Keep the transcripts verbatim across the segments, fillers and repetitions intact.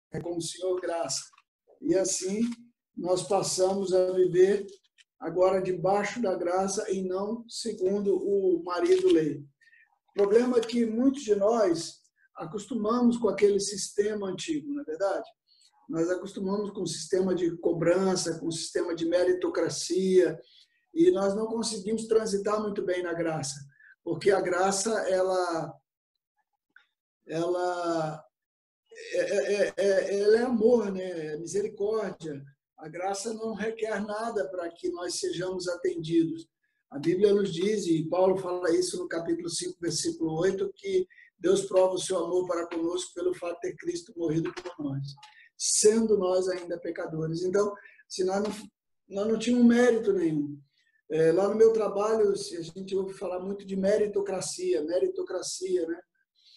é com o Senhor graça. E assim nós passamos a viver agora debaixo da graça e não segundo o marido lei. O problema é que muitos de nós acostumamos com aquele sistema antigo, não é verdade? Nós acostumamos com o sistema de cobrança, com o sistema de meritocracia, e nós não conseguimos transitar muito bem na graça, porque a graça, ela, ela, é, é, é, ela é amor, né? É misericórdia. A graça não requer nada para que nós sejamos atendidos. A Bíblia nos diz, e Paulo fala isso no capítulo cinco, versículo oito, que Deus prova o seu amor para conosco pelo fato de ter Cristo morrido por nós, sendo nós ainda pecadores. Então, se nós não, nós não tínhamos mérito nenhum. É, lá no meu trabalho, a gente ouve falar muito de meritocracia, meritocracia, né?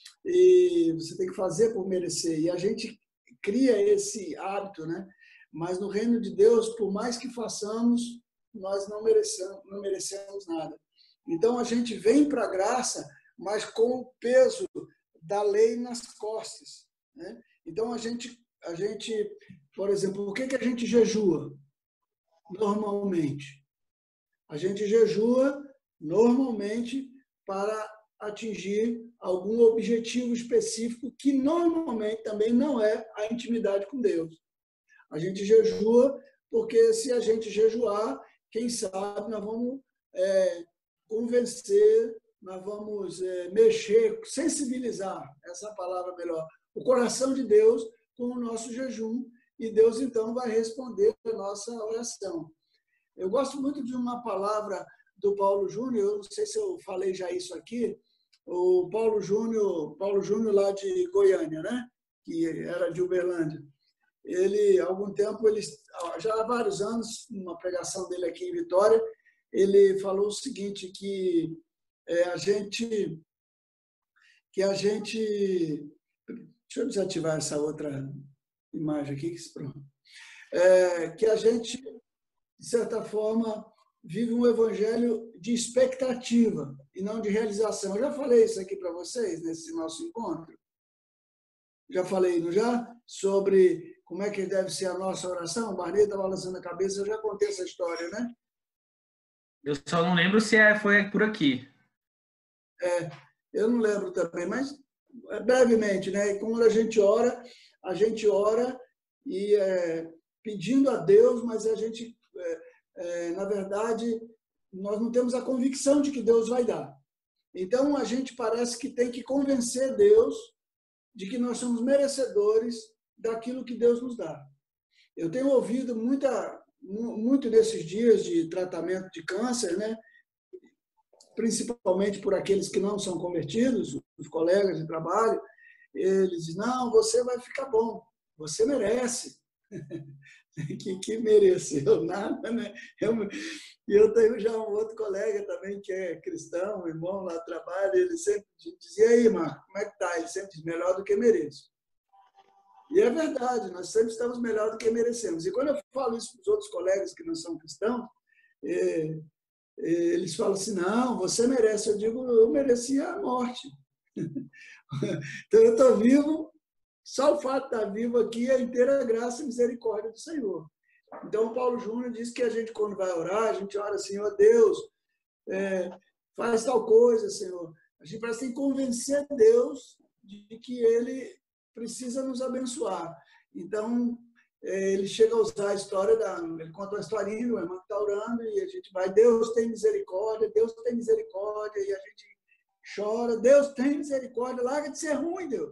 E você tem que fazer por merecer. E a gente cria esse hábito, né? Mas no reino de Deus, por mais que façamos, nós não merecemos, não merecemos nada. Então a gente vem para a graça, mas com o peso da lei nas costas, né? Então a gente, a gente, por exemplo, por que que a gente jejua normalmente? A gente jejua normalmente para atingir algum objetivo específico que normalmente também não é a intimidade com Deus. A gente jejua porque se a gente jejuar, quem sabe nós vamos é, convencer, nós vamos é, mexer, sensibilizar, essa é a palavra melhor, o coração de Deus com o nosso jejum, e Deus então vai responder a nossa oração. Eu gosto muito de uma palavra do Paulo Júnior, eu não sei se eu falei já isso aqui, o Paulo Júnior, Paulo Júnior lá de Goiânia, né? Que era de Uberlândia. Ele, há algum tempo, ele, já há vários anos, numa pregação dele aqui em Vitória, ele falou o seguinte, que é, a gente, que a gente, deixa eu desativar essa outra imagem aqui, que, pronto, é, que a gente, de certa forma, vive um evangelho de expectativa e não de realização. Eu já falei isso aqui para vocês nesse nosso encontro. Já falei, não já? Sobre como é que deve ser a nossa oração. O Barney está balançando a cabeça, eu já contei essa história, né? Eu só não lembro se é, foi por aqui. É, eu não lembro também, mas brevemente, né? E quando a gente ora, a gente ora e é, pedindo a Deus, mas a gente, é, é, na verdade, nós não temos a convicção de que Deus vai dar. Então, a gente parece que tem que convencer Deus de que nós somos merecedores daquilo que Deus nos dá. Eu tenho ouvido muita, muito nesses dias de tratamento de câncer, né? Principalmente por aqueles que não são convertidos, os colegas de trabalho, eles dizem, não, você vai ficar bom, você merece. que, que mereceu nada, né? Eu, eu tenho já um outro colega também que é cristão, um irmão lá do trabalho, ele sempre dizia, e aí, Marco, como é que tá? Ele sempre diz, melhor do que mereço. E é verdade, nós sempre estamos melhor do que merecemos. E quando eu falo isso para os outros colegas que não são cristãos, é, eles falam assim, não, você merece. Eu digo, eu merecia a morte. Então eu estou vivo, só o fato de estar vivo aqui é a inteira graça e misericórdia do Senhor. Então o Paulo Júnior diz que a gente, quando vai orar, a gente ora, Senhor Deus, é, faz tal coisa, Senhor. A gente parece que tem que convencer Deus de que Ele precisa nos abençoar. Então, ele chega a usar a história, da, ele conta uma historinha, o irmão está orando, e a gente vai, Deus tem misericórdia, Deus tem misericórdia, e a gente chora, Deus tem misericórdia, larga de ser ruim, Deus.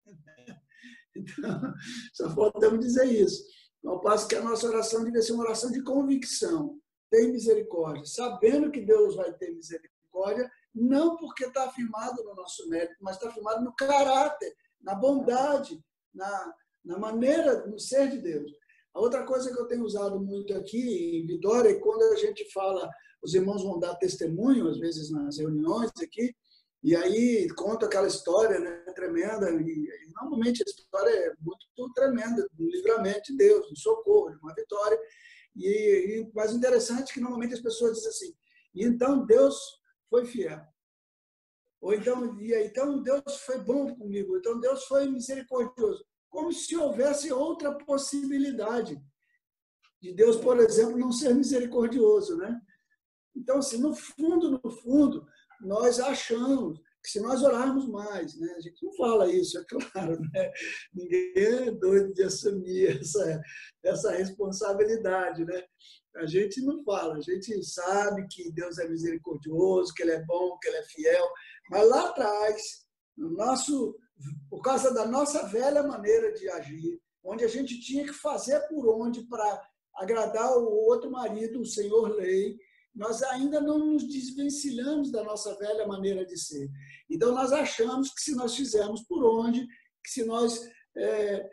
Então, só podemos dizer isso. Ao passo que a nossa oração deve ser uma oração de convicção, tem misericórdia, sabendo que Deus vai ter misericórdia, não porque está afirmado no nosso mérito, mas está afirmado no caráter, na bondade, na, na maneira, no ser de Deus. A outra coisa que eu tenho usado muito aqui em Vitória é quando a gente fala, os irmãos vão dar testemunho, às vezes nas reuniões aqui, e aí conta aquela história, né, tremenda, e, e normalmente a história é muito tremenda, do livramento de Deus, do socorro, de uma vitória. E, e mas o interessante é que normalmente as pessoas dizem assim, e então Deus foi fiel. Ou então, e então Deus foi bom comigo, então Deus foi misericordioso. como se houvesse outra possibilidade de Deus, por exemplo, não ser misericordioso, né? Então, assim, no fundo, no fundo, nós achamos que se nós orarmos mais, né? A gente não fala isso, é claro, né? Ninguém é doido de assumir essa, essa responsabilidade, né? A gente não fala, a gente sabe que Deus é misericordioso, que Ele é bom, que Ele é fiel, mas lá atrás, no nosso, por causa da nossa velha maneira de agir, onde a gente tinha que fazer por onde para agradar o outro marido, o senhor lei, nós ainda não nos desvencilhamos da nossa velha maneira de ser. Então, nós achamos que se nós fizermos por onde, que se nós é,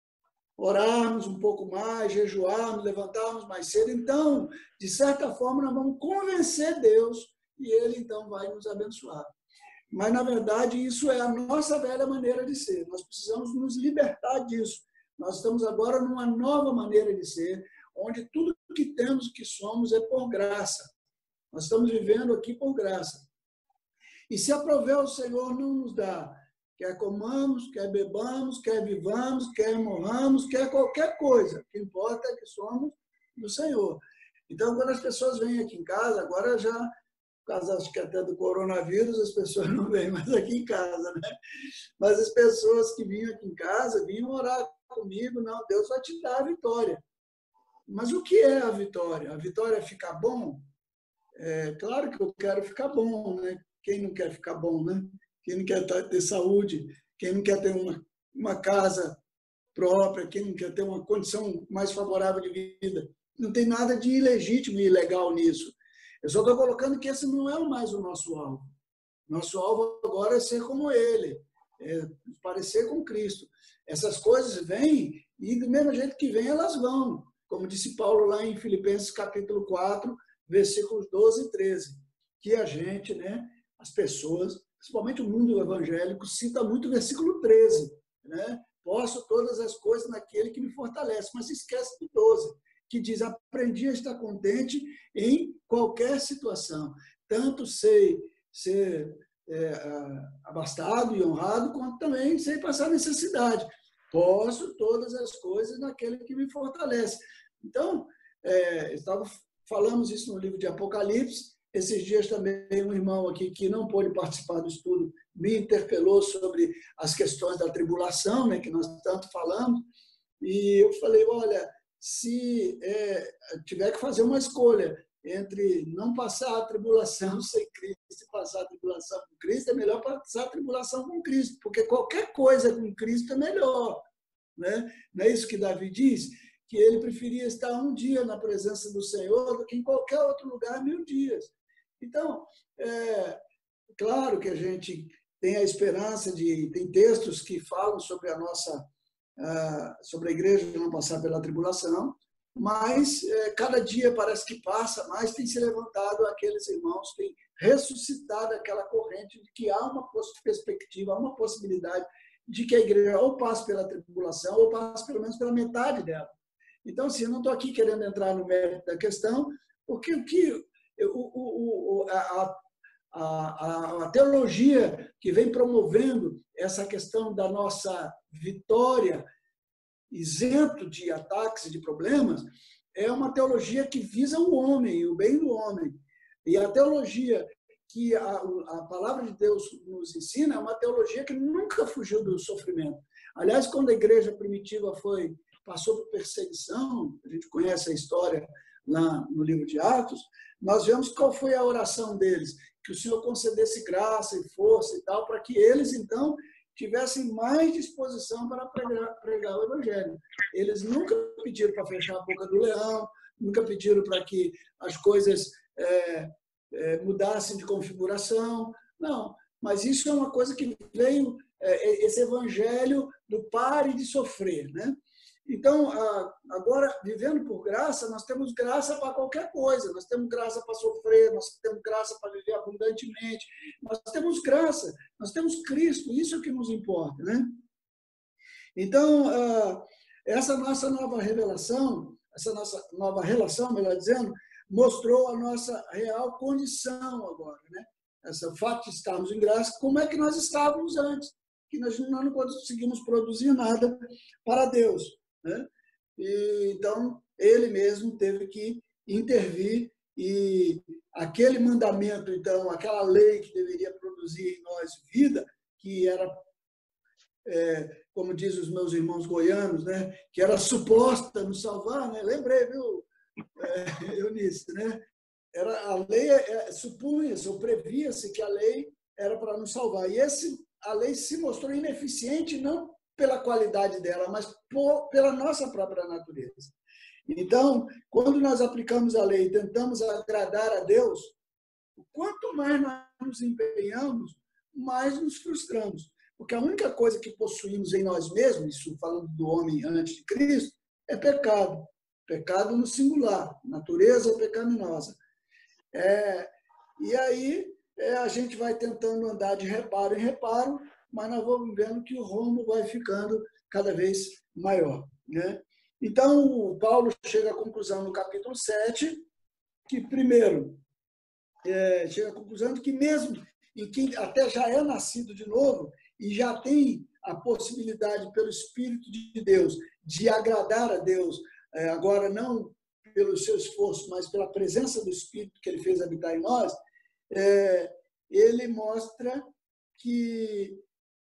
orarmos um pouco mais, jejuarmos, levantarmos mais cedo, então, de certa forma, nós vamos convencer Deus e Ele, então, vai nos abençoar. Mas, na verdade, isso é a nossa velha maneira de ser. Nós precisamos nos libertar disso. Nós estamos agora numa nova maneira de ser, onde tudo que temos, que somos, é por graça. Nós estamos vivendo aqui por graça. E se aprover o Senhor não nos dá, quer comamos, quer bebamos, quer vivamos, quer morramos, quer qualquer coisa. O que importa é que somos do Senhor. Então, quando as pessoas vêm aqui em casa, agora já, por causa acho que até do coronavírus, as pessoas não vêm mais aqui em casa, né? Mas as pessoas que vinham aqui em casa, vinham orar comigo, não, Deus vai te dar a vitória. Mas o que é a vitória? A vitória é ficar bom? É claro que eu quero ficar bom, né? Quem não quer ficar bom, né? Quem não quer ter saúde, quem não quer ter uma, uma casa própria, quem não quer ter uma condição mais favorável de vida. Não tem nada de ilegítimo e ilegal nisso. Eu só estou colocando que esse não é mais o nosso alvo. Nosso alvo agora é ser como Ele, é parecer com Cristo. Essas coisas vêm e do mesmo jeito que vêm, elas vão. Como disse Paulo lá em Filipenses capítulo quatro, versículos doze e treze, que a gente, né, as pessoas, principalmente o mundo evangélico, cita muito o versículo treze, né? Posso todas as coisas naquele que me fortalece, mas se esquece do doze, que diz, aprendi a estar contente em qualquer situação, tanto sei ser é, abastado e honrado, quanto também sei passar necessidade. Posso todas as coisas naquele que me fortalece. Então, é, estava, falamos isso no livro de Apocalipse. Esses dias também um irmão aqui que não pôde participar do estudo me interpelou sobre as questões da tribulação, né, que nós tanto falamos, e eu falei, olha, se é, tiver que fazer uma escolha entre não passar a tribulação sem Cristo e passar a tribulação com Cristo, é melhor passar a tribulação com Cristo, porque qualquer coisa com Cristo é melhor. Né? Não é isso que Davi diz? Que ele preferia estar um dia na presença do Senhor do que em qualquer outro lugar mil dias. Então, é claro que a gente tem a esperança de... Tem textos que falam sobre a nossa... sobre a igreja não passar pela tribulação, mas é, cada dia parece que passa, mais tem se levantado aqueles irmãos, tem ressuscitado aquela corrente de que há uma perspectiva, há uma possibilidade de que a igreja ou passe pela tribulação ou passe pelo menos pela metade dela. Então, assim, eu não estou aqui querendo entrar no mérito da questão, porque o que o, o, a, a, a teologia que vem promovendo essa questão da nossa vitória isento de ataques e de problemas é uma teologia que visa o homem, o bem do homem. E a teologia que a, a palavra de Deus nos ensina é uma teologia que nunca fugiu do sofrimento. Aliás, quando a igreja primitiva foi, passou por perseguição, a gente conhece a história lá no livro de Atos, nós vemos qual foi a oração deles, que o Senhor concedesse graça e força e tal, para que eles, então, tivessem mais disposição para pregar, pregar o Evangelho. Eles nunca pediram para fechar a boca do leão, nunca pediram para que as coisas é, é, mudassem de configuração, não. Mas isso é uma coisa que veio, é, esse Evangelho do pare de sofrer, né? Então, agora, vivendo por graça, nós temos graça para qualquer coisa. Nós temos graça para sofrer, nós temos graça para viver abundantemente. Nós temos graça, nós temos Cristo, isso é o que nos importa, né? Então, essa nossa nova revelação, essa nossa nova relação, melhor dizendo, mostrou a nossa real condição agora, né? Esse fato de estarmos em graça, como é que nós estávamos antes. que nós não conseguimos produzir nada para Deus, né? E, então, ele mesmo teve que intervir e aquele mandamento, então, aquela lei que deveria produzir em nós vida, que era, é, como dizem os meus irmãos goianos, né, que era suposta nos salvar, né? Lembrei, viu, é, Eunice, né? Era, a lei é, supunha-se ou previa-se que a lei era para nos salvar. E esse, a lei se mostrou ineficiente não pela qualidade dela, mas por, pela nossa própria natureza. Então, quando nós aplicamos a lei e tentamos agradar a Deus, quanto mais nós nos empenhamos, mais nos frustramos. Porque a única coisa que possuímos em nós mesmos, isso falando do homem antes de Cristo, é pecado. Pecado no singular, natureza pecaminosa. É, e aí é, a gente vai tentando andar de reparo em reparo, mas nós vamos vendo que o rombo vai ficando cada vez maior, né? Então, o Paulo chega à conclusão no capítulo sete, que, primeiro, é, chega à conclusão de que mesmo em quem até já é nascido de novo e já tem a possibilidade, pelo Espírito de Deus, de agradar a Deus, é, agora não pelo seu esforço, mas pela presença do Espírito que ele fez habitar em nós, é, ele mostra que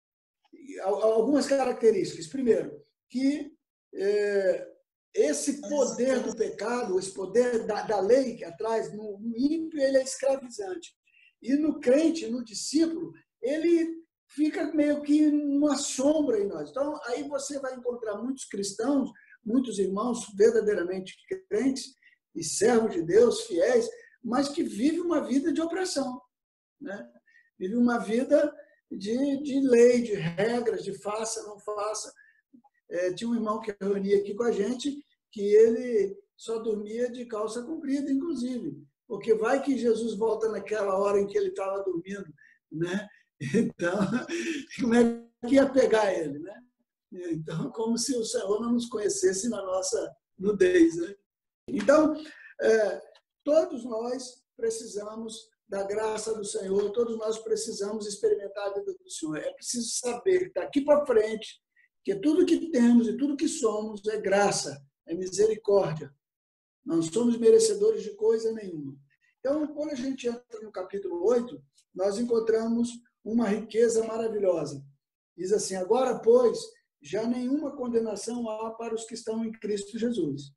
algumas características. Primeiro, que é, esse poder do pecado, esse poder da, da lei que atrás, no, no ímpio, ele é escravizante. E no crente, no discípulo, ele fica meio que uma sombra em nós. Então, aí você vai encontrar muitos cristãos, muitos irmãos verdadeiramente crentes e servos de Deus, fiéis, mas que vivem uma vida de opressão, né? Vivem uma vida de, de lei, de regras, de faça, não faça. É, tinha um irmão que reunia aqui com a gente, que ele só dormia de calça comprida, inclusive, porque vai que Jesus volta naquela hora em que ele estava dormindo, né? Então, como é que ia pegar ele, né? Então, como se o Senhor não nos conhecesse na nossa nudez, né? Então, é, todos nós precisamos da graça do Senhor, todos nós precisamos experimentar a vida do Senhor. É preciso saber, daqui para frente, que tudo que temos e tudo que somos é graça, é misericórdia. Não somos merecedores de coisa nenhuma. Então, quando a gente entra no capítulo oito, nós encontramos uma riqueza maravilhosa. Diz assim: agora, pois, já nenhuma condenação há para os que estão em Cristo Jesus.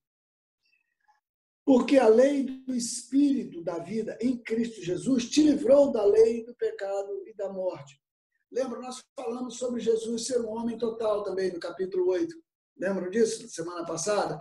Porque a lei do Espírito da vida em Cristo Jesus te livrou da lei do pecado e da morte. Lembra, nós falamos sobre Jesus ser um homem total também no capítulo oito. Lembram disso, semana passada?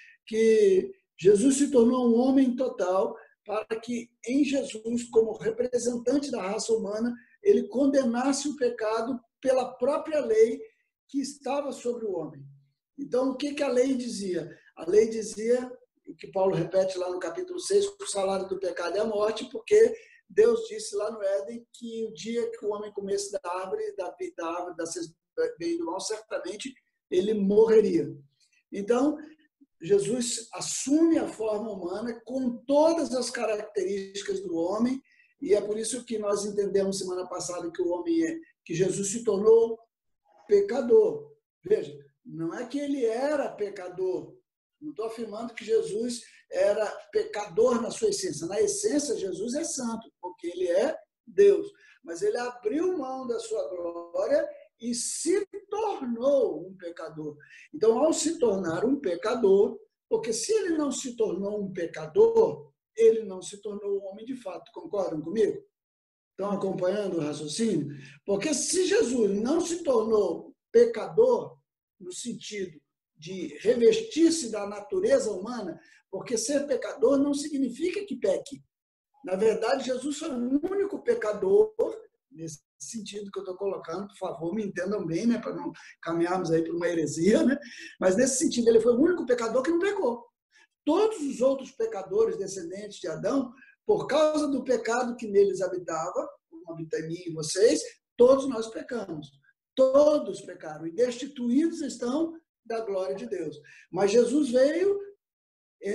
Que Jesus se tornou um homem total para que em Jesus, como representante da raça humana, ele condenasse o pecado pela própria lei que estava sobre o homem. Então, o que, que a lei dizia? A lei dizia, o que Paulo repete lá no capítulo seis, que o salário do pecado é a morte, porque Deus disse lá no Éden que o dia que o homem comesse da árvore, da, da árvore da bem e do mal, certamente ele morreria. Então, Jesus assume a forma humana com todas as características do homem, e é por isso que nós entendemos semana passada que o homem é, que Jesus se tornou pecador. Veja, não é que ele era pecador. Não estou afirmando que Jesus era pecador na sua essência. Na essência, Jesus é santo, porque ele é Deus. Mas ele abriu mão da sua glória e se tornou um pecador. Então, ao se tornar um pecador, porque se ele não se tornou um pecador, ele não se tornou um homem de fato. Concordam comigo? Estão acompanhando o raciocínio? Porque se Jesus não se tornou pecador, no sentido de revestir-se da natureza humana, porque ser pecador não significa que peque. Na verdade, Jesus foi o único pecador, nesse sentido que eu estou colocando, por favor, me entendam bem, né, para não caminharmos aí para uma heresia, né? Mas nesse sentido, ele foi o único pecador que não pecou. Todos os outros pecadores descendentes de Adão, por causa do pecado que neles habitava, como habita em mim e vocês, todos nós pecamos. Todos pecaram e destituídos estão da glória de Deus. Mas Jesus veio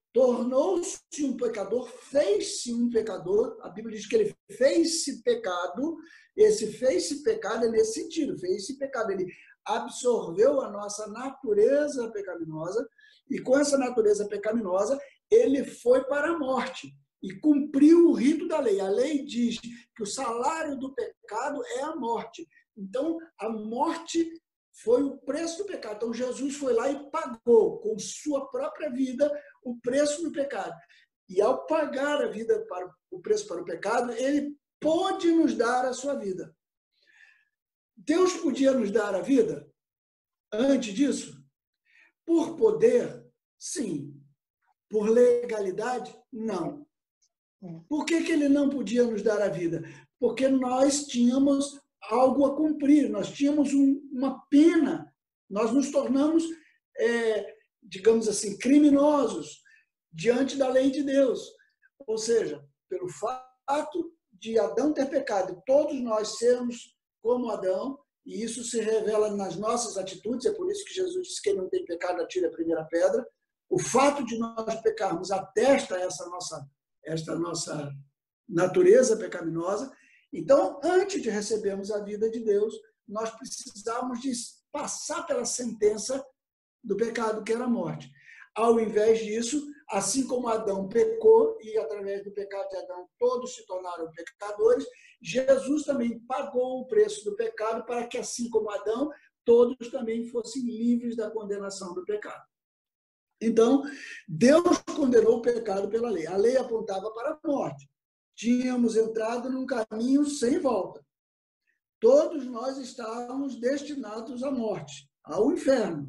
tornou-se um pecador, fez-se um pecador. A Bíblia diz que ele fez-se pecado. Esse fez-se pecado é nesse sentido, fez-se pecado. Ele absorveu a nossa natureza pecaminosa e com essa natureza pecaminosa ele foi para a morte e cumpriu o rito da lei. A lei diz que o salário do pecado é a morte. Então, a morte foi o preço do pecado. Então, Jesus foi lá e pagou com sua própria vida o preço do pecado. E ao pagar a vida para o preço para o pecado, ele pôde nos dar a sua vida. Deus podia nos dar a vida antes disso? Por poder, sim. Por legalidade, não. Por que que ele não podia nos dar a vida? Porque nós tínhamos algo a cumprir, nós tínhamos um, uma pena, nós nos tornamos, é, digamos assim, criminosos diante da lei de Deus. Ou seja, pelo fato de Adão ter pecado e todos nós sermos como Adão, e isso se revela nas nossas atitudes, é por isso que Jesus disse que quem não tem pecado atire a primeira pedra. O fato de nós pecarmos atesta essa nossa, esta nossa natureza pecaminosa. Então, antes de recebermos a vida de Deus, nós precisamos de passar pela sentença do pecado, que era a morte. Ao invés disso, assim como Adão pecou, e através do pecado de Adão todos se tornaram pecadores, Jesus também pagou o preço do pecado para que, assim como Adão, todos também fossem livres da condenação do pecado. Então, Deus condenou o pecado pela lei. A lei apontava para a morte. Tínhamos entrado num caminho sem volta. Todos nós estávamos destinados à morte, ao inferno.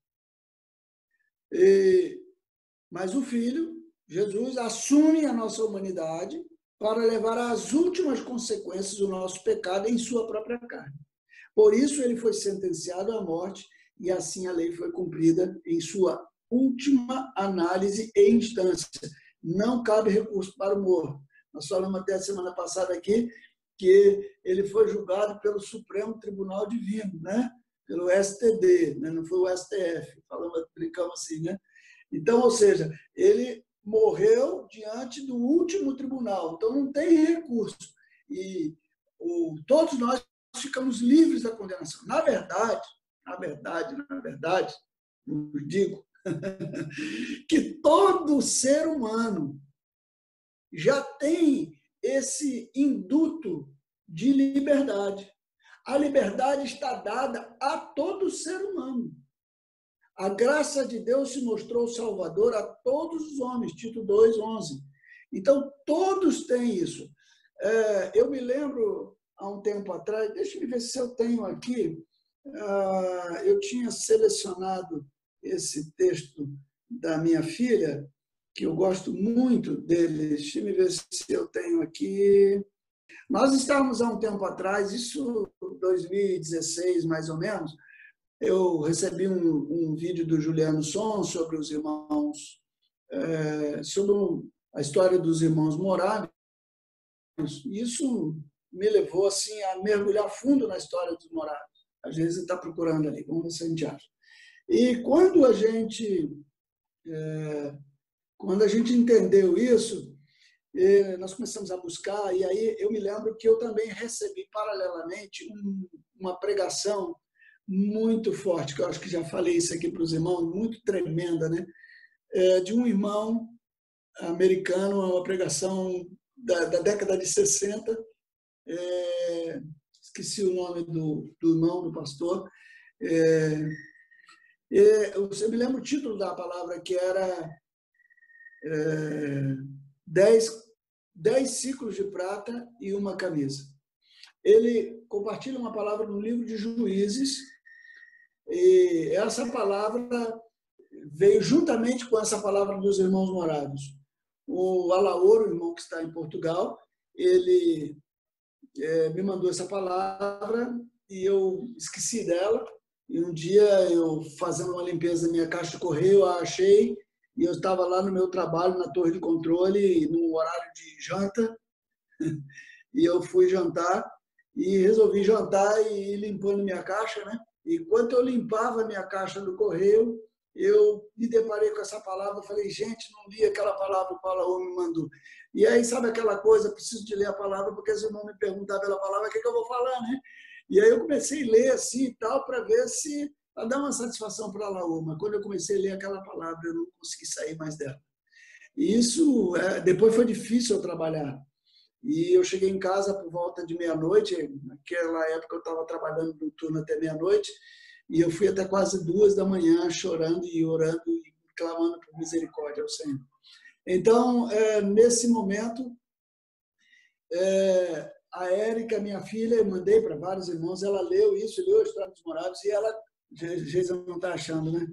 E, mas o Filho, Jesus, assume a nossa humanidade para levar às últimas consequências do nosso pecado em sua própria carne. Por isso ele foi sentenciado à morte e assim a lei foi cumprida em sua última análise e instância. Não cabe recurso para o morto. Nós falamos até a semana passada aqui que ele foi julgado pelo Supremo Tribunal Divino, né? Pelo S T D, né? Não foi o S T F, falamos, brincamos assim, né? Então, ou seja, ele morreu diante do último tribunal, então não tem recurso. E o, todos nós ficamos livres da condenação. Na verdade, na verdade, na verdade, eu digo que todo ser humano já tem esse induto de liberdade. A liberdade está dada a todo ser humano. A graça de Deus se mostrou salvador a todos os homens, Tito dois, onze. Então, todos têm isso. É, eu me lembro, há um tempo atrás, deixa eu ver se eu tenho aqui, uh, eu tinha selecionado esse texto da minha filha, que eu gosto muito dele. Deixa eu ver se eu tenho aqui. Nós estávamos há um tempo atrás, isso em dois mil e dezesseis, mais ou menos, eu recebi um, um vídeo do Juliano Son sobre os irmãos, é, sobre a história dos irmãos Moraves. Isso me levou assim, a mergulhar fundo na história dos Moraves. Às vezes está procurando ali, vamos ver se a gente acha. E quando a gente, é, quando a gente entendeu isso, nós começamos a buscar, e aí eu me lembro que eu também recebi paralelamente um, uma pregação muito forte, que eu acho que já falei isso aqui para os irmãos, muito tremenda, né? É, de um irmão americano, uma pregação da, da década de sessenta, é, esqueci o nome do, do irmão, do pastor, é, é, eu me lembro o título da palavra, que era é, dez, dez ciclos de prata e uma camisa. Ele compartilha uma palavra no livro de Juízes, e essa palavra veio juntamente com essa palavra dos irmãos Morados. O Alaor, o irmão que está em Portugal, ele é, me mandou essa palavra e eu esqueci dela. E um dia, eu fazendo uma limpeza na minha caixa de correio, eu a achei, e eu estava lá no meu trabalho, na torre de controle, no horário de janta, e eu fui jantar, e resolvi jantar e ir limpando minha caixa, né? E enquanto eu limpava a minha caixa do correio, eu me deparei com essa palavra, falei, gente, não li aquela palavra que o Paulo me mandou. E aí, sabe aquela coisa, preciso de ler a palavra, porque se não me perguntar pela palavra, o que, que eu vou falar, né? E aí eu comecei a ler assim e tal, para ver se, para dar uma satisfação para a Laú. Mas quando eu comecei a ler aquela palavra, eu não consegui sair mais dela. E isso, é, depois foi difícil eu trabalhar. E eu cheguei em casa por volta de meia-noite, naquela época eu estava trabalhando no turno até meia-noite, e eu fui até quase duas da manhã chorando e orando e clamando por misericórdia ao Senhor. Então, é, nesse momento, é, a Érica, minha filha, eu mandei para vários irmãos, ela leu isso, leu a História dos Moráveis, e ela, Geisa não está achando, né?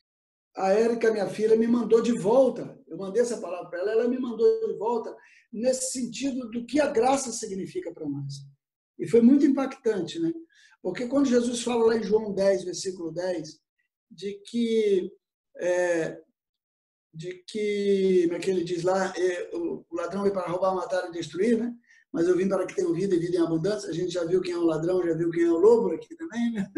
A Érica, minha filha, me mandou de volta, eu mandei essa palavra para ela, ela me mandou de volta nesse sentido do que a graça significa para nós. E foi muito impactante, né? Porque quando Jesus fala lá em João dez, versículo dez, de que, é, de que como é que ele diz lá, é, o ladrão veio para roubar, matar e destruir, né? Mas eu vim para que tenham vida e vida em abundância. A gente já viu quem é o ladrão, já viu quem é o lobo aqui também, né?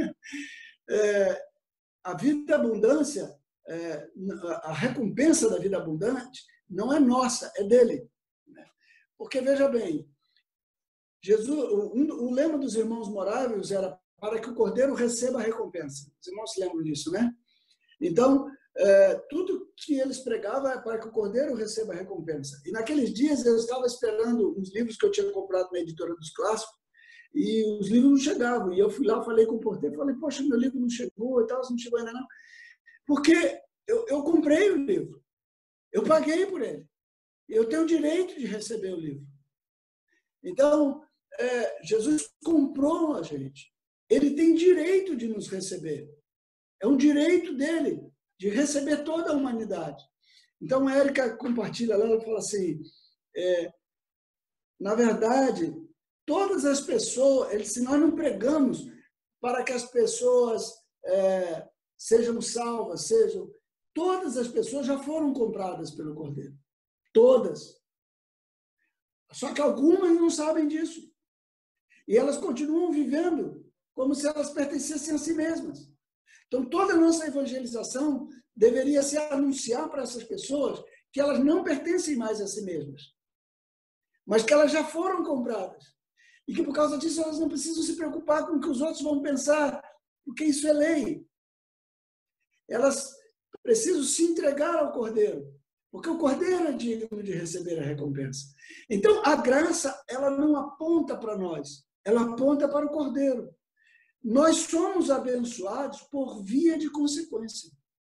É, a vida e abundância, é, a recompensa da vida abundante não é nossa, é dele. Né? Porque, veja bem, Jesus, o, o lema dos irmãos moráveis era para que o cordeiro receba a recompensa. Os irmãos se lembram disso, né? Então, é, tudo que eles pregavam é para que o cordeiro receba a recompensa. E naqueles dias eu estava esperando uns livros que eu tinha comprado na editora dos clássicos, e os livros não chegavam. E eu fui lá, falei com o porteiro, falei, poxa, meu livro não chegou e tal, não chegou ainda não. Porque eu, eu comprei o livro, eu paguei por ele, eu tenho o direito de receber o livro. Então, é, Jesus comprou a gente, ele tem direito de nos receber, é um direito dele de receber toda a humanidade. Então, a Érica compartilha lá, ela fala assim, é, na verdade, todas as pessoas, se nós não pregamos para que as pessoas é, sejam salvas, sejam, todas as pessoas já foram compradas pelo Cordeiro. Todas. Só que algumas não sabem disso. E elas continuam vivendo como se elas pertencessem a si mesmas. Então, toda a nossa evangelização deveria se anunciar para essas pessoas que elas não pertencem mais a si mesmas, mas que elas já foram compradas. E que, por causa disso, elas não precisam se preocupar com o que os outros vão pensar, porque isso é lei. Elas precisam se entregar ao Cordeiro, porque o Cordeiro é digno de receber a recompensa. Então, a graça, ela não aponta para nós, ela aponta para o Cordeiro. Nós somos abençoados por via de consequência.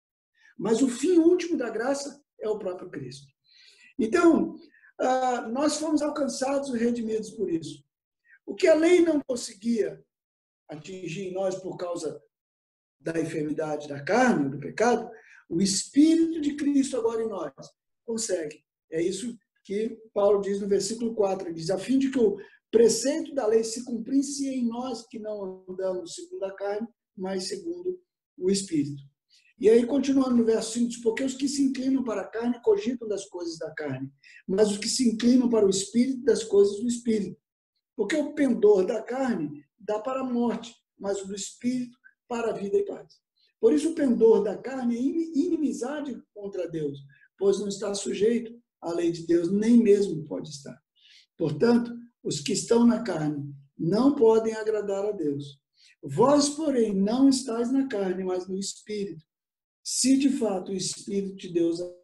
Mas o fim último da graça é o próprio Cristo. Então, nós fomos alcançados e redimidos por isso. O que a lei não conseguia atingir em nós por causa da enfermidade da carne, do pecado, o Espírito de Cristo agora em nós consegue. É isso que Paulo diz no versículo quatro, ele diz, a fim de que o preceito da lei se cumprisse em nós que não andamos segundo a carne, mas segundo o Espírito. E aí, continuando no verso cinco, diz, porque os que se inclinam para a carne cogitam das coisas da carne, mas os que se inclinam para o Espírito, das coisas do Espírito. Porque o pendor da carne dá para a morte, mas o do Espírito para a vida e paz. Por isso, o pendor da carne é inimizade contra Deus, pois não está sujeito à lei de Deus, nem mesmo pode estar. Portanto, os que estão na carne não podem agradar a Deus. Vós, porém, não estáis na carne, mas no Espírito, se de fato o Espírito de Deus é.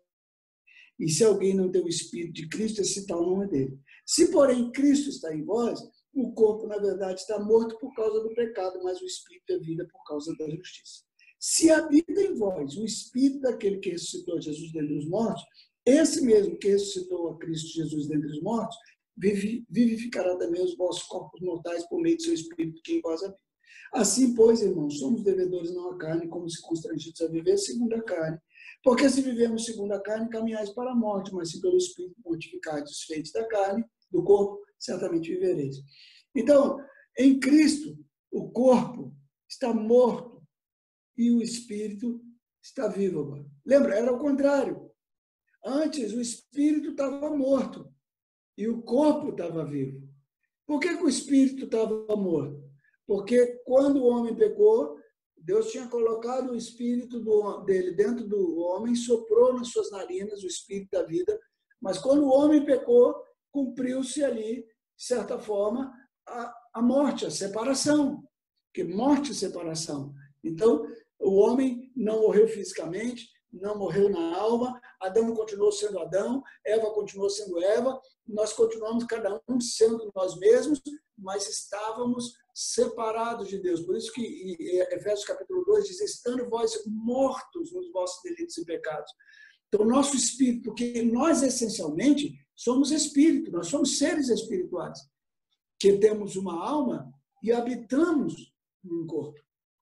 E se alguém não tem o Espírito de Cristo, esse tal não é dele. Se, porém, Cristo está em vós, o corpo, na verdade, está morto por causa do pecado, mas o Espírito é vida por causa da justiça. Se habita em vós o Espírito daquele que ressuscitou Jesus dentre os mortos, esse mesmo que ressuscitou a Cristo Jesus dentre os mortos, vivificará também os vossos corpos mortais por meio do seu Espírito que em vós habita. Assim, pois, irmãos, somos devedores não à carne, como se constrangidos a viver segundo a carne. Porque se vivemos segundo a carne, caminhais para a morte, mas se pelo Espírito mortificados os feitos da carne, do corpo, certamente vivereis. Então, em Cristo, o corpo está morto e o Espírito está vivo agora. Lembra? Era o contrário. Antes, o Espírito estava morto e o corpo estava vivo. Por que, que o Espírito estava morto? Porque quando o homem pecou, Deus tinha colocado o espírito do, dele dentro do homem, soprou nas suas narinas o espírito da vida, mas quando o homem pecou, cumpriu-se ali, de certa forma, a, a morte, a separação. Que morte e separação. Então, o homem não morreu fisicamente, não morreu na alma, Adão continuou sendo Adão, Eva continuou sendo Eva, nós continuamos cada um sendo nós mesmos, mas estávamos separados de Deus. Por isso que Efésios capítulo dois diz, estando vós mortos nos vossos delitos e pecados. Então, o nosso espírito, porque nós essencialmente somos espírito, nós somos seres espirituais, que temos uma alma e habitamos num corpo.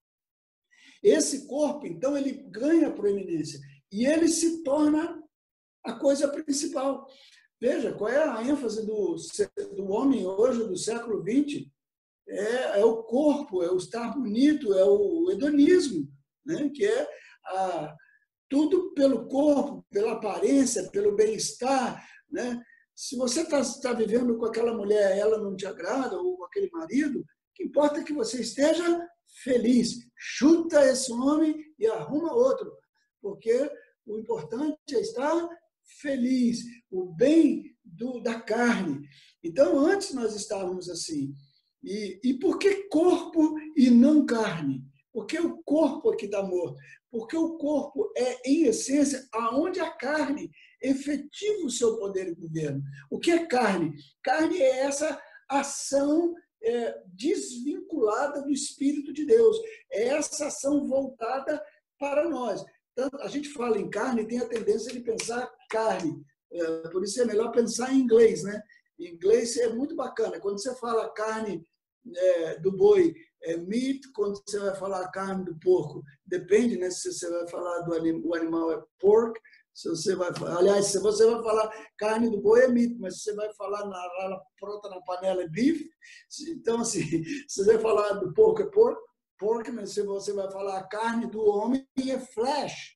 Esse corpo, então, ele ganha proeminência e ele se torna a coisa principal. Veja, qual é a ênfase do, do homem hoje, do século vinte? É, é o corpo, é o estar bonito, é o hedonismo, né? Que é a, tudo pelo corpo, pela aparência, pelo bem-estar, né? Se você está tá vivendo com aquela mulher, ela não te agrada, ou com aquele marido, o que importa é que você esteja feliz. Chuta esse homem e arruma outro, porque o importante é estar feliz, o bem do, da carne. Então, antes nós estávamos assim. E, e por que corpo e não carne? Porque o corpo é que está morto. Porque o corpo é, em essência, aonde a carne efetiva o seu poder e governo. O que é carne? Carne é essa ação é, desvinculada do Espírito de Deus. É essa ação voltada para nós. Então, a gente fala em carne e tem a tendência de pensar carne. É, por isso é melhor pensar em inglês, né? Em inglês é muito bacana. Quando você fala carne é, do boi, é meat, quando você vai falar carne do porco, depende, né? Se você vai falar do anim, o animal é pork, se você vai, aliás, se você vai falar carne do boi é meat, mas se você vai falar na, na pronta na panela é beef, então assim, se você vai falar do porco é pork, pork, mas se você vai falar a carne do homem é flesh.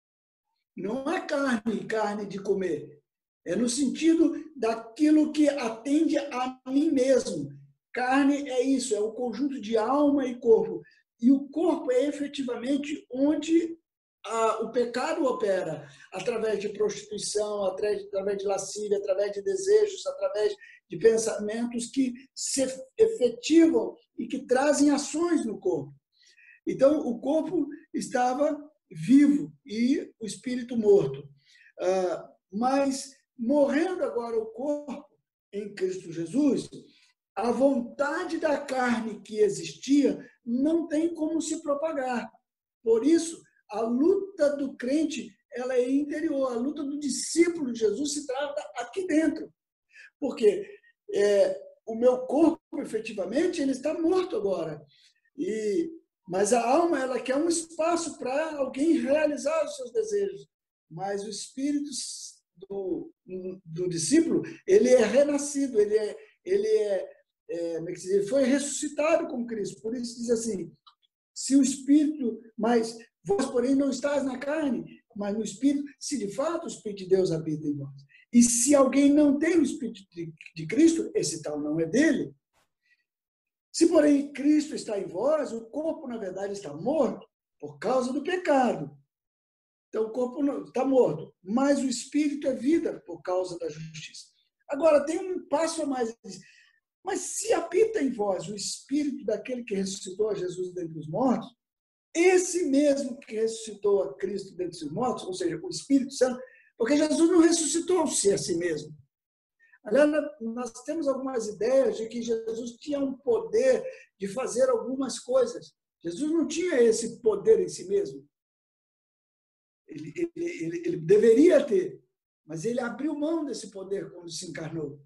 Não é carne, carne de comer. É no sentido daquilo que atende a mim mesmo. Carne é isso, é o conjunto de alma e corpo. E o corpo é efetivamente onde a, o pecado opera, através de prostituição, através, através de lascívia, através de desejos, através de pensamentos que se efetivam e que trazem ações no corpo. Então, o corpo estava vivo e o espírito morto. Ah, mas, morrendo agora o corpo em Cristo Jesus, a vontade da carne que existia não tem como se propagar. Por isso, a luta do crente ela é interior, a luta do discípulo de Jesus se trata aqui dentro. Porque é, o meu corpo, efetivamente, ele está morto agora. E, mas a alma ela quer um espaço para alguém realizar os seus desejos. Mas o espírito do, do discípulo, ele é renascido, ele é, ele é É, ele foi ressuscitado com Cristo. Por isso diz assim, se o Espírito, mas vós, porém, não estáis na carne, mas no Espírito, se de fato o Espírito de Deus habita em vós. E se alguém não tem o Espírito de, de Cristo, esse tal não é dele. Se, porém, Cristo está em vós, o corpo, na verdade, está morto por causa do pecado. Então, o corpo está morto, mas o Espírito é vida por causa da justiça. Agora, tem um passo a mais. Mas se habita em vós o Espírito daquele que ressuscitou a Jesus dentre os mortos, esse mesmo que ressuscitou a Cristo dentre os mortos, ou seja, o Espírito Santo, porque Jesus não ressuscitou-se a si mesmo. Aliás, nós temos algumas ideias de que Jesus tinha um poder de fazer algumas coisas. Jesus não tinha esse poder em si mesmo. Ele, ele, ele, ele deveria ter, mas ele abriu mão desse poder quando se encarnou.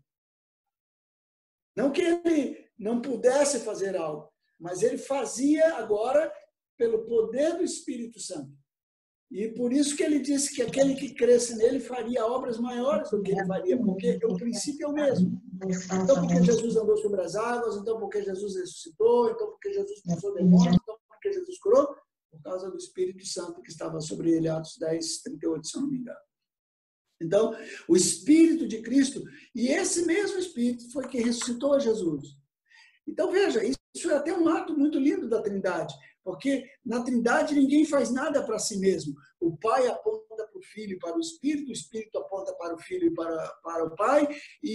Não que ele não pudesse fazer algo, mas ele fazia agora pelo poder do Espírito Santo. E por isso que ele disse que aquele que cresce nele faria obras maiores do que ele faria, porque o princípio é o mesmo. Então, porque Jesus andou sobre as águas, então porque Jesus ressuscitou, então porque Jesus expulsou demônios, então porque Jesus curou, por causa do Espírito Santo que estava sobre ele, Atos dez, trinta e oito, se eu não me engano. Então, o Espírito de Cristo, e esse mesmo Espírito foi que ressuscitou Jesus. Então, veja, isso isso é até um ato muito lindo da Trindade, porque na Trindade ninguém faz nada para si mesmo. O Pai aponta para o Filho e para o Espírito, o Espírito aponta para o Filho e para, para o Pai,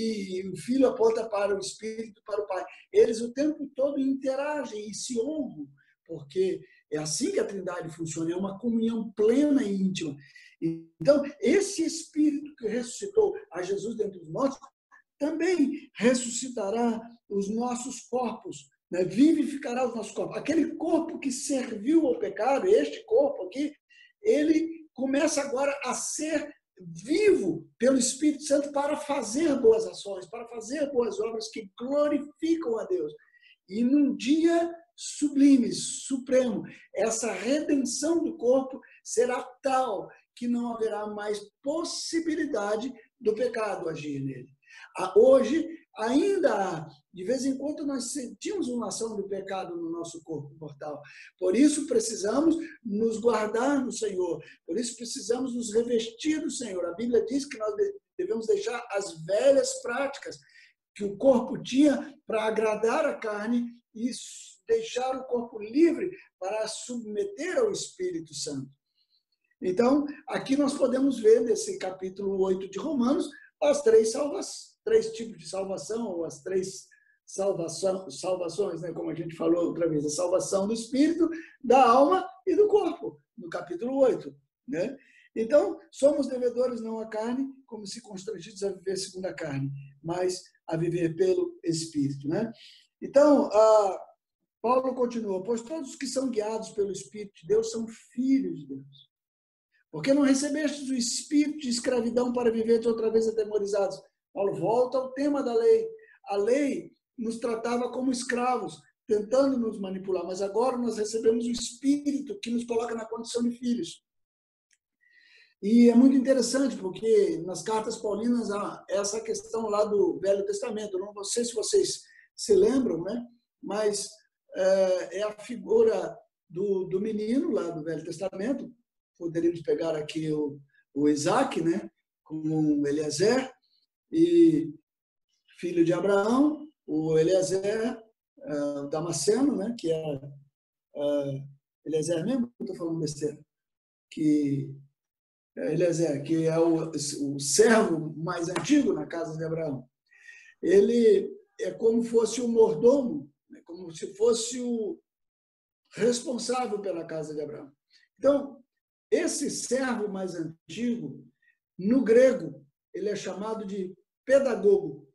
e o Filho aponta para o Espírito e para o Pai. Eles o tempo todo interagem e se honram, porque é assim que a Trindade funciona, é uma comunhão plena e íntima. Então, esse Espírito que ressuscitou a Jesus dentre os mortos, também ressuscitará os nossos corpos, né? Vivificará os nossos corpos. Aquele corpo que serviu ao pecado, este corpo aqui, ele começa agora a ser vivo pelo Espírito Santo para fazer boas ações, para fazer boas obras que glorificam a Deus. E num dia sublime, supremo, essa redenção do corpo será tal que não haverá mais possibilidade do pecado agir nele. Hoje, ainda há, de vez em quando, nós sentimos uma ação do pecado no nosso corpo mortal. Por isso, precisamos nos guardar no Senhor. Por isso, precisamos nos revestir do Senhor. A Bíblia diz que nós devemos deixar as velhas práticas que o corpo tinha para agradar a carne e deixar o corpo livre para submeter ao Espírito Santo. Então, aqui nós podemos ver, nesse capítulo oito de Romanos, as três salvações, três tipos de salvação, ou as três salvação, salvações, né? Como a gente falou outra vez, a salvação do espírito, da alma e do corpo, no capítulo oito. Né? Então, somos devedores não à carne, como se constrangidos a viver segundo a carne, mas a viver pelo Espírito. Né? Então, a, Paulo continua, pois todos que são guiados pelo Espírito de Deus são filhos de Deus. Porque não recebestes o espírito de escravidão para viver outra vez atemorizados. Paulo volta ao tema da lei. A lei nos tratava como escravos, tentando nos manipular, mas agora nós recebemos o espírito que nos coloca na condição de filhos. E é muito interessante, porque nas cartas paulinas há essa questão lá do Velho Testamento. Não sei se vocês se lembram, né? Mas é, é a figura do, do menino lá do Velho Testamento. Poderíamos pegar aqui o, o Isaac, né, como Eliezer, e filho de Abraão, o Eliezer, uh, Damasceno, né, que é uh, Eliezer mesmo, estou falando besteira, que é Eliezer, que é o, o servo mais antigo na casa de Abraão. Ele é como fosse o mordomo, né, como se fosse o responsável pela casa de Abraão. Então, esse servo mais antigo, no grego, ele é chamado de pedagogo.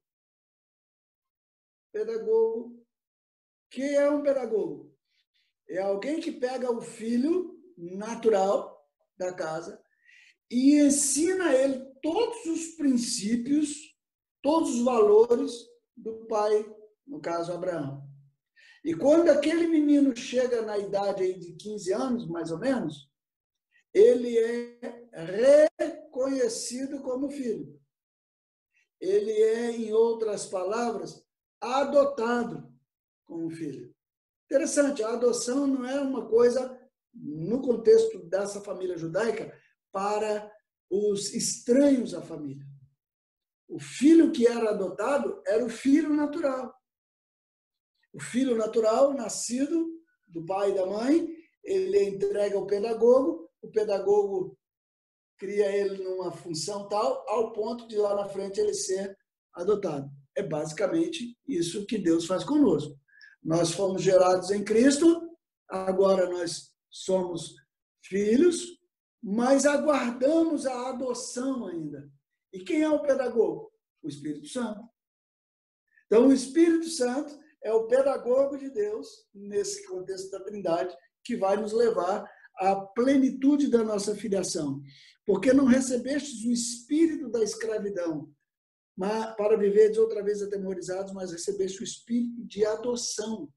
Pedagogo. Que é um pedagogo? É alguém que pega o filho natural da casa e ensina a ele todos os princípios, todos os valores do pai, no caso Abraão. E quando aquele menino chega na idade aí de quinze anos, mais ou menos, ele é reconhecido como filho. Ele é, em outras palavras, adotado como filho. Interessante, a adoção não é uma coisa, no contexto dessa família judaica, para os estranhos à família. O filho que era adotado era o filho natural. O filho natural, nascido do pai e da mãe, ele entrega ao pedagogo, o pedagogo cria ele numa função tal, ao ponto de lá na frente ele ser adotado. É basicamente isso que Deus faz conosco. Nós fomos gerados em Cristo, agora nós somos filhos, mas aguardamos a adoção ainda. E quem é o pedagogo? O Espírito Santo. Então, o Espírito Santo é o pedagogo de Deus, nesse contexto da Trindade, que vai nos levar à plenitude da nossa filiação. Porque não recebestes o espírito da escravidão para viveres outra vez atemorizados, mas recebeste o espírito de adoção,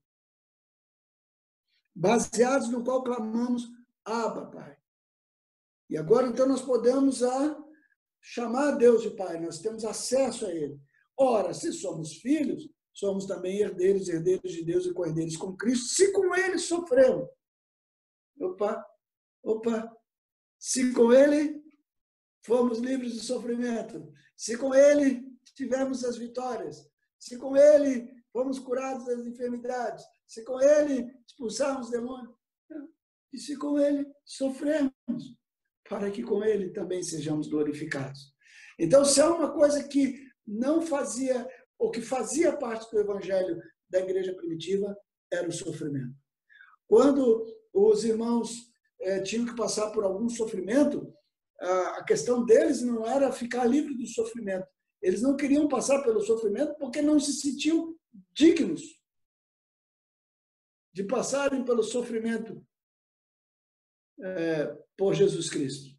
baseados no qual clamamos, Abba, Pai. E agora, então, nós podemos a chamar Deus de Pai, nós temos acesso a Ele. Ora, se somos filhos, somos também herdeiros, herdeiros de Deus e co-herdeiros com Cristo, se com Ele sofremos. Opa, opa, se com Ele fomos livres de sofrimento, se com Ele tivemos as vitórias, se com Ele fomos curados das enfermidades, se com ele expulsarmos demônios, e se com ele sofrermos, para que com ele também sejamos glorificados. Então, se há uma coisa que não fazia, ou que fazia parte do evangelho da igreja primitiva, era o sofrimento. Quando os irmãos eh, tinham que passar por algum sofrimento, a questão deles não era ficar livre do sofrimento. Eles não queriam passar pelo sofrimento porque não se sentiam dignos de passarem pelo sofrimento é, por Jesus Cristo.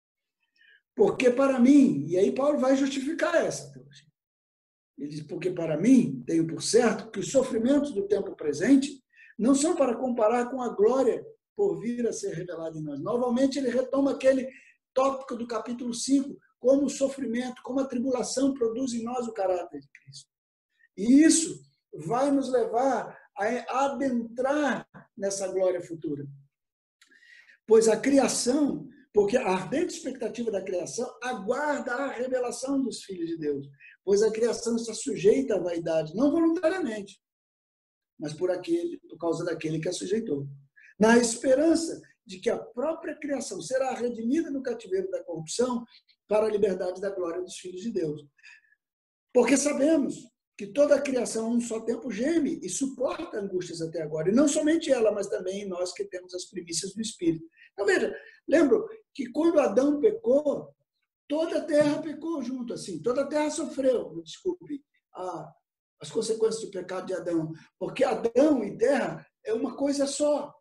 Porque para mim, e aí Paulo vai justificar essa teologia. Ele diz, porque para mim, tenho por certo que os sofrimentos do tempo presente não são para comparar com a glória por vir a ser revelada em nós. Novamente, ele retoma aquele tópico do capítulo cinco, como o sofrimento, como a tribulação produz em nós o caráter de Cristo. E isso vai nos levar a adentrar nessa glória futura. Pois a criação, porque a ardente expectativa da criação aguarda a revelação dos filhos de Deus, pois a criação está sujeita à vaidade, não voluntariamente, mas por aquele, por causa daquele que a sujeitou. Na esperança de que a própria criação será redimida no cativeiro da corrupção para a liberdade da glória dos filhos de Deus. Porque sabemos que toda a criação a um só tempo geme e suporta angústias até agora. E não somente ela, mas também nós que temos as primícias do Espírito. Então, veja, lembro que quando Adão pecou, toda a terra pecou junto, assim, toda a terra sofreu, desculpe, a, as consequências do pecado de Adão. Porque Adão e terra é uma coisa só.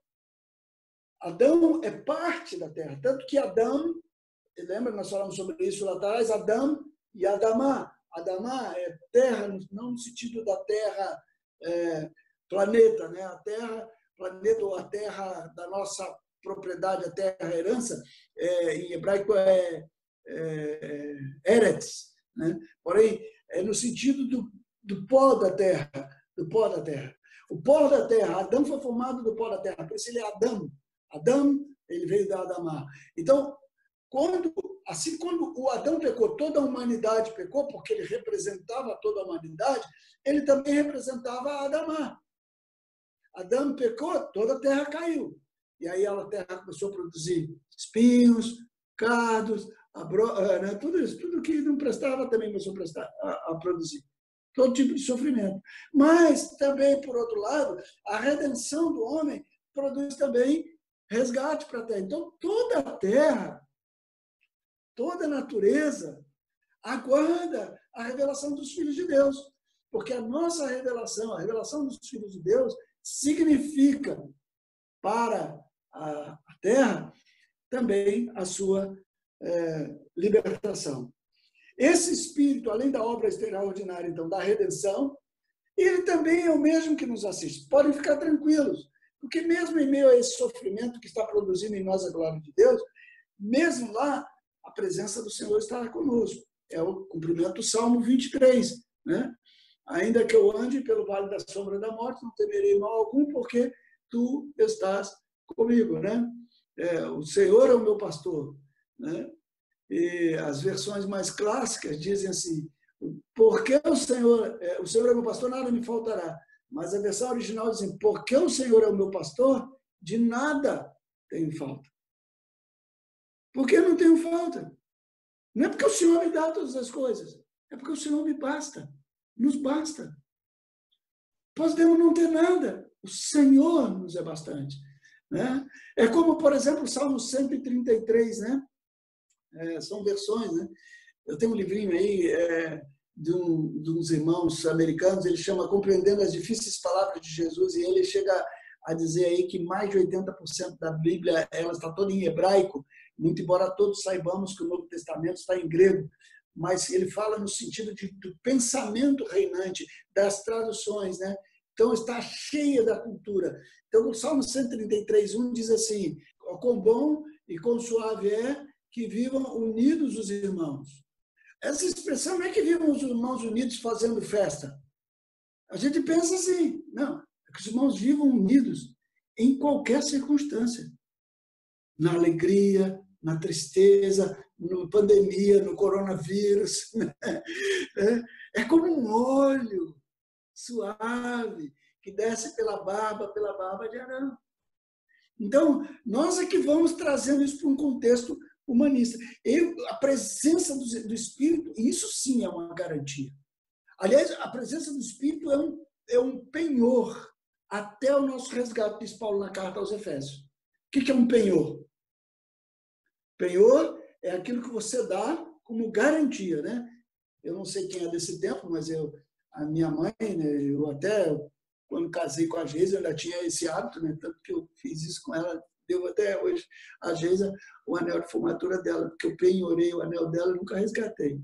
Adão é parte da terra, tanto que Adão, lembra, nós falamos sobre isso lá atrás, Adão e Adamá. Adamá é terra, não no sentido da terra é, planeta, né? A terra, planeta ou a terra da nossa propriedade, a terra herança, é, em hebraico é, é Eretz, né? Porém, é no sentido do, do pó da terra, do pó da terra. O pó da terra, Adão foi formado do pó da terra, por isso ele é Adão. Adão, ele veio da Adamá. Então, quando, assim quando o Adão pecou, toda a humanidade pecou, porque ele representava toda a humanidade, ele também representava a Adamá. Adão pecou, toda a terra caiu. E aí a terra começou a produzir espinhos, cardos, abro, né, tudo isso, tudo que não prestava também começou a, prestar, a, a produzir. Todo tipo de sofrimento. Mas também, por outro lado, a redenção do homem produz também resgate para a terra. Então, toda a terra, toda a natureza aguarda a revelação dos filhos de Deus. Porque a nossa revelação, a revelação dos filhos de Deus, significa para a terra também a sua é, libertação. Esse Espírito, além da obra extraordinária, então, da redenção, ele também é o mesmo que nos assiste. Podem ficar tranquilos. Porque mesmo em meio a esse sofrimento que está produzindo em nós a glória de Deus, mesmo lá, a presença do Senhor estará conosco. É o cumprimento do Salmo vinte e três. Né? Ainda que eu ande pelo vale da sombra da morte, não temerei mal algum, porque tu estás comigo. Né? É, o Senhor é o meu pastor. Né? E as versões mais clássicas dizem assim, porque o Senhor, é, o Senhor é meu pastor, nada me faltará. Mas a versão original diz assim, porque o Senhor é o meu pastor, de nada tenho falta. Por que não tenho falta? Não é porque o Senhor me dá todas as coisas, é porque o Senhor me basta, nos basta. Podemos não ter nada, o Senhor nos é bastante. Né? É como, por exemplo, o Salmo cento e trinta e três, né? É, são versões, né? Eu tenho um livrinho aí... É, De, um, de uns irmãos americanos, ele chama Compreendendo as Difíceis Palavras de Jesus, e ele chega a dizer aí que mais de oitenta por cento da Bíblia ela está toda em hebraico, muito embora todos saibamos que o Novo Testamento está em grego, mas ele fala no sentido de, do pensamento reinante, das traduções, né? Então está cheia da cultura. Então o Salmo cento e trinta e três, um diz assim, quão bom e quão suave é que vivam unidos os irmãos. Essa expressão não é que vivam os irmãos unidos fazendo festa. A gente pensa assim, não, é que os irmãos vivam unidos em qualquer circunstância. Na alegria, na tristeza, na pandemia, no coronavírus. É como um óleo suave que desce pela barba, pela barba de Arão. Então, nós é que vamos trazendo isso para um contexto humanista. Eu, a presença do, do Espírito, isso sim é uma garantia. Aliás, a presença do Espírito é um, é um penhor até o nosso resgate, diz Paulo na carta aos Efésios. O que é um penhor? Penhor é aquilo que você dá como garantia, né? Eu não sei quem é desse tempo, mas eu, a minha mãe, né, eu até, quando casei com a Geisa, eu ainda tinha esse hábito, né? Tanto que eu fiz isso com ela, deu até hoje a Geisa o anel de formatura dela, porque eu penhorei o anel dela e nunca resgatei.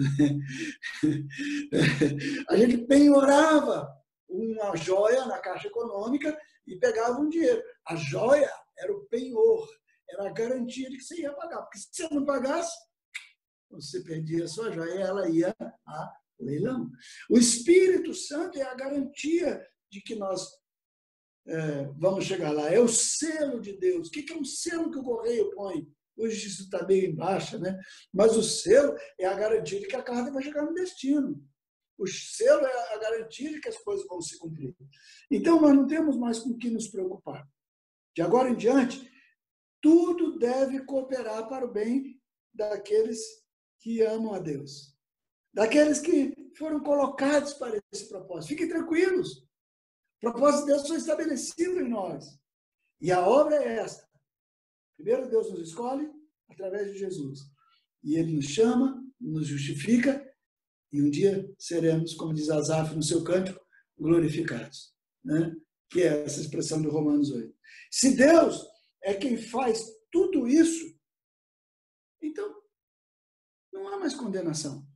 A gente penhorava uma joia na Caixa Econômica e pegava um dinheiro. A joia era o penhor, era a garantia de que você ia pagar, porque se você não pagasse, você perdia a sua joia e ela ia a leilão. O Espírito Santo é a garantia de que nós é, vamos chegar lá. É o selo de Deus. O que é um selo que o correio põe? Hoje isso está meio em baixa, né? Mas o selo é a garantia de que a carta vai chegar no destino. O selo é a garantia de que as coisas vão se cumprir. Então, nós não temos mais com o que nos preocupar. De agora em diante, tudo deve cooperar para o bem daqueles que amam a Deus. Daqueles que foram colocados para esse propósito. Fiquem tranquilos. O propósito de Deus foi estabelecido em nós. E a obra é esta. Primeiro, Deus nos escolhe através de Jesus. E Ele nos chama, nos justifica, e um dia seremos, como diz Asaf no seu cântico, glorificados. Né? Que é essa expressão de Romanos oito. Se Deus é quem faz tudo isso, então não há mais condenação.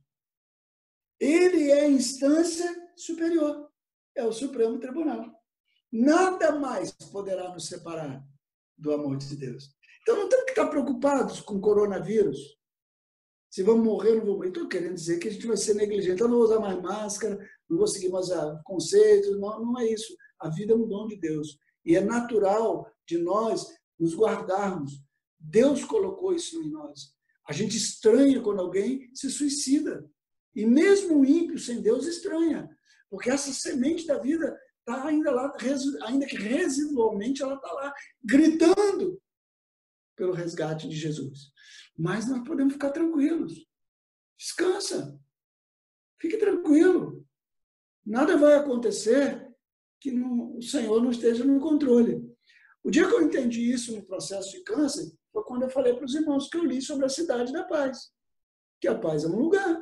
Ele é a instância superior. É o Supremo Tribunal. Nada mais poderá nos separar do amor de Deus. Então, não temos que estar preocupados com o coronavírus. Se vamos morrer ou não vamos morrer. Estou querendo dizer que a gente vai ser negligente. Então, não vou usar mais máscara, não vou seguir mais conceitos. Não, não é isso. A vida é um dom de Deus. E é natural de nós nos guardarmos. Deus colocou isso em nós. A gente estranha quando alguém se suicida. E mesmo o ímpio sem Deus estranha. Porque essa semente da vida está ainda lá, ainda que residualmente ela está lá, gritando pelo resgate de Jesus. Mas nós podemos ficar tranquilos. Descansa. Fique tranquilo. Nada vai acontecer que não, o Senhor não esteja no controle. O dia que eu entendi isso no processo de câncer, foi quando eu falei para os irmãos que eu li sobre a cidade da paz. Que a paz é um lugar.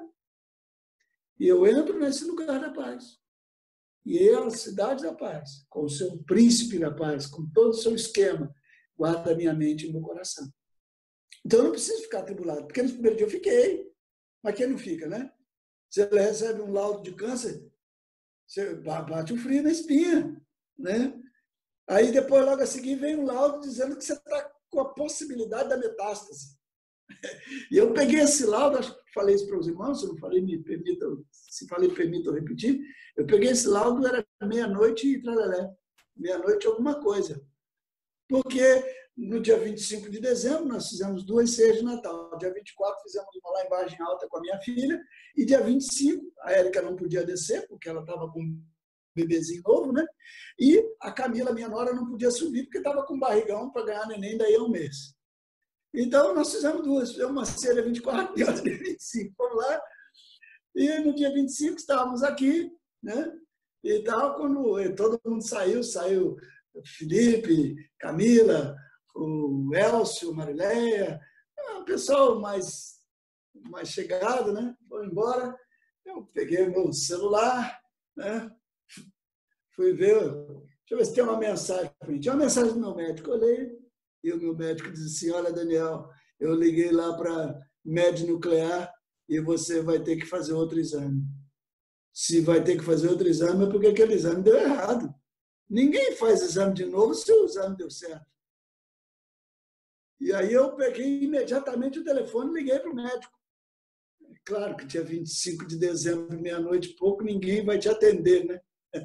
E eu entro nesse lugar da paz. E é a cidade da paz, com o seu príncipe da paz, com todo o seu esquema, guarda a minha mente e meu coração. Então, eu não preciso ficar atribulado, porque no primeiro dia eu fiquei. Mas quem não fica, né? Você recebe um laudo de câncer, você bate um frio na espinha, né? Aí, depois, logo a seguir, vem um laudo dizendo que você está com a possibilidade da metástase. E eu peguei esse laudo, acho que falei isso para os irmãos, se não falei, me permitam, se falei, permitam repetir. Eu peguei esse laudo, era meia-noite e tralelé. Meia-noite alguma coisa. Porque no dia vinte e cinco de dezembro, nós fizemos duas ceias de Natal. Dia vinte e quatro, fizemos uma lá em Vargem Alta com a minha filha. E dia vinte e cinco, a Érica não podia descer, porque ela estava com um bebezinho novo, né? E a Camila, minha nora, não podia subir, porque estava com barrigão para ganhar neném daí a um mês. Então, nós fizemos duas. Fizemos uma ceia dia vinte e quatro e outra dia vinte e cinco. Fomos lá. E no dia vinte e cinco estávamos aqui, né? E tal, quando todo mundo saiu, saiu Felipe, Camila, o Elcio, Marileia, o pessoal mais, mais chegado, né? Foi embora. Eu peguei o meu celular, né? Fui ver, deixa eu ver se tem uma mensagem para mim. Tinha uma mensagem do meu médico, eu olhei, e o meu médico disse assim, olha, Daniel, eu liguei lá para Med Nuclear e você vai ter que fazer outro exame. Se vai ter que fazer outro exame é porque aquele exame deu errado. Ninguém faz exame de novo se o exame deu certo. E aí eu peguei imediatamente o telefone e liguei para o médico. Claro que dia vinte e cinco de dezembro, meia-noite, pouco, ninguém vai te atender, né?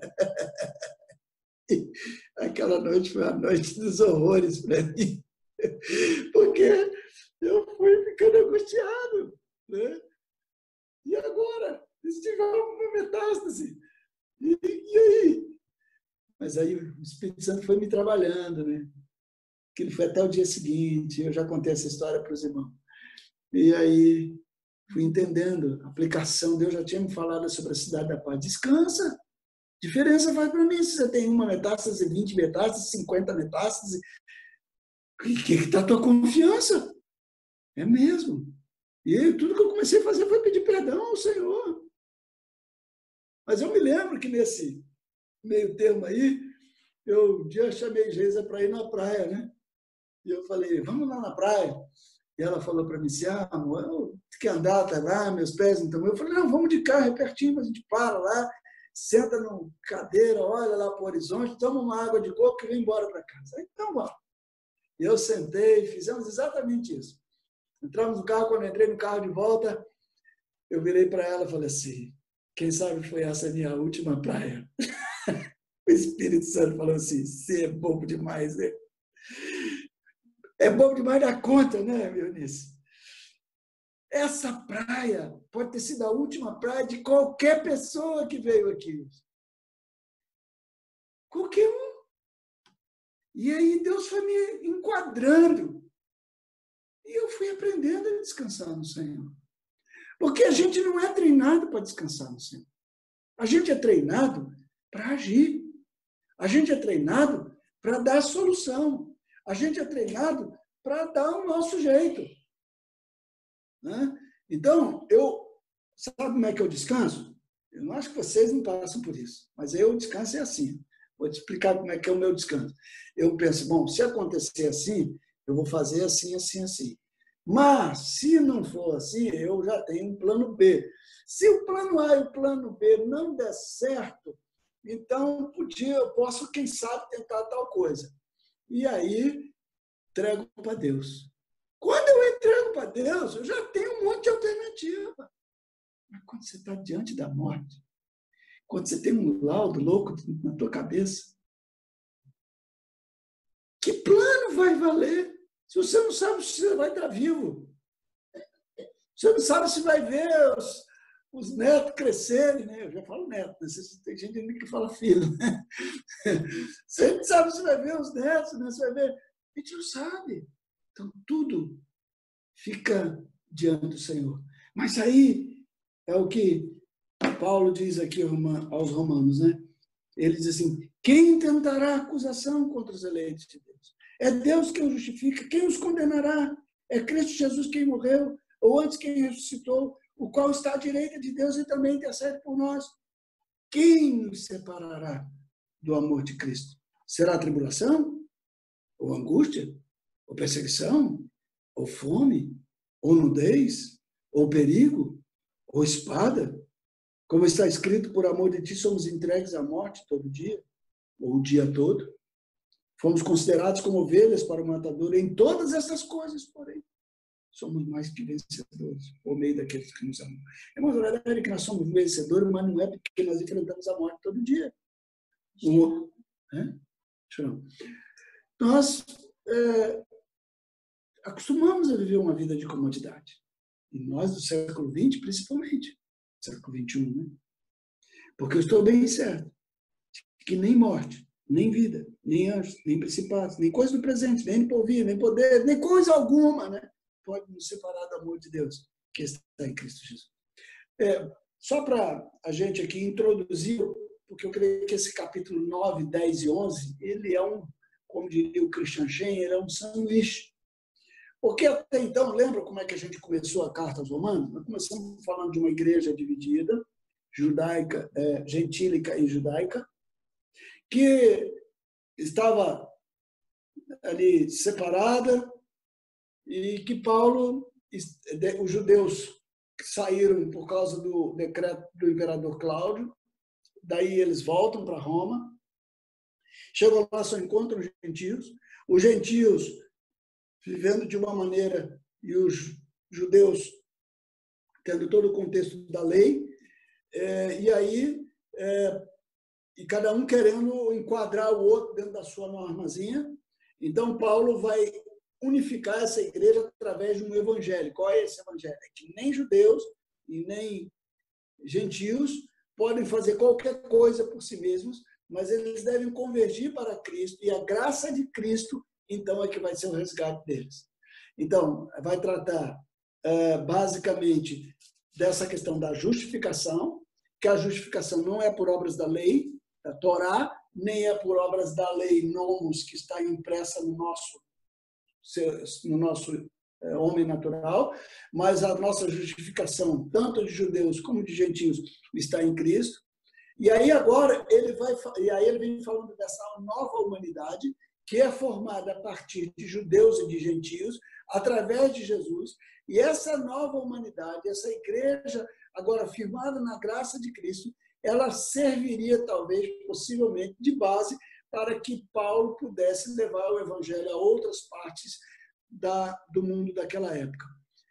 Aquela noite foi a noite dos horrores para mim, porque eu fui ficando angustiado, né? E agora? Se tiver uma metástase? E, e aí? Mas aí o Espírito Santo foi me trabalhando, né? Que ele foi até o dia seguinte, eu já contei essa história para os irmãos. E aí fui entendendo a aplicação. Deus já tinha me falado sobre a cidade da paz. Descansa. Diferença faz para mim se você tem uma metástase, vinte metástases, cinquenta metástases. O que está a tua confiança? É mesmo. E tudo que eu comecei a fazer foi pedir perdão ao Senhor. Mas eu me lembro que nesse meio termo aí, eu um dia chamei Geisa para ir na praia, né? E eu falei, vamos lá na praia. E ela falou para mim assim, ah, amor, eu tenho que andar até lá, meus pés não estão. Eu falei, não, vamos de carro, é pertinho, a gente para lá, senta numa cadeira, olha lá para o horizonte, toma uma água de coco e vem embora para casa. Aí, então, vamos. E eu sentei, fizemos exatamente isso. Entramos no carro, quando eu entrei no carro de volta, eu virei para ela e falei assim, quem sabe foi essa minha última praia. O Espírito Santo falou assim, você é bobo demais, né? É bobo demais da conta, né, Eunice? Essa praia pode ter sido a última praia de qualquer pessoa que veio aqui. Qualquer um. E aí Deus foi me enquadrando. E eu fui aprendendo a descansar no Senhor. Porque a gente não é treinado para descansar no Senhor. A gente é treinado para agir. A gente é treinado para dar solução. A gente é treinado para dar o nosso jeito. Né? Então, eu, sabe como é que eu descanso? Eu não acho que vocês não passam por isso, mas eu descanso é assim. Vou te explicar como é que é o meu descanso. Eu penso, bom, se acontecer assim, eu vou fazer assim, assim, assim. Mas, se não for assim, eu já tenho um plano B. Se o plano A e o plano B não der certo, então podia, eu posso, quem sabe, tentar tal coisa. E aí, entrego para Deus. Quando eu entrego para Deus, eu já tenho um monte de alternativa. Mas quando você está diante da morte, quando você tem um laudo louco na tua cabeça, que plano vai valer? Se você não sabe se você vai estar vivo. Você não sabe se vai ver os, os netos crescerem, né? Eu já falo neto, né? Tem gente ainda que fala filho, né? Você não sabe se vai ver os netos, né? Você vai ver... A gente não sabe. Então, tudo fica diante do Senhor. Mas aí é o que Paulo diz aqui aos Romanos, né? Ele diz assim, quem tentará acusação contra os eleitos de Deus? É Deus quem os justifica. Quem os condenará? É Cristo Jesus quem morreu, ou antes quem ressuscitou, o qual está à direita de Deus e também intercede por nós. Quem nos separará do amor de Cristo? Será a tribulação? Ou angústia? Ou perseguição? Ou fome? Ou nudez? Ou perigo? Ou espada? Como está escrito, por amor de ti somos entregues à morte todo dia, ou o dia todo. Fomos considerados como ovelhas para o matador. Em todas essas coisas, porém, somos mais que vencedores, por meio daqueles que nos amam. É uma verdade que nós somos vencedores, mas não é porque nós enfrentamos a morte todo dia. O, é? Nós é, acostumamos a viver uma vida de comodidade. E nós, do século vinte, principalmente. Século vinte e um, né? Porque eu estou bem certo que nem morte, nem vida, nem anjos, nem principados, nem coisa do presente, nem porvir, nem poder, nem coisa alguma, né? Pode nos separar do amor de Deus, que está em Cristo Jesus. É, só para a gente aqui introduzir, porque eu creio que esse capítulo nove, dez e onze, ele é um, como diria o Christian Shen, ele é um sanduíche. Porque até então, lembra como é que a gente começou a carta aos Romanos? Nós começamos falando de uma igreja dividida, judaica, é, gentílica e judaica, que estava ali separada e que Paulo, os judeus saíram por causa do decreto do imperador Cláudio, daí eles voltam para Roma, chegam lá, só encontram os gentios, os gentios vivendo de uma maneira e os judeus tendo todo o contexto da lei, é, e aí, é, e cada um querendo enquadrar o outro dentro da sua normazinha. Então, Paulo vai unificar essa igreja através de um evangelho. Qual é esse evangelho? É que nem judeus e nem gentios podem fazer qualquer coisa por si mesmos, mas eles devem convergir para Cristo, e a graça de Cristo, então, é que vai ser o resgate deles. Então, vai tratar, é, basicamente, dessa questão da justificação, que a justificação não é por obras da lei, da Torá, nem é por obras da lei nomos, que está impressa no nosso, no nosso é, homem natural, mas a nossa justificação, tanto de judeus como de gentios, está em Cristo. E aí agora ele vai, e aí ele vem falando dessa nova humanidade, que é formada a partir de judeus e de gentios, através de Jesus, e essa nova humanidade, essa igreja agora firmada na graça de Cristo, ela serviria talvez, possivelmente, de base para que Paulo pudesse levar o evangelho a outras partes da, do mundo daquela época.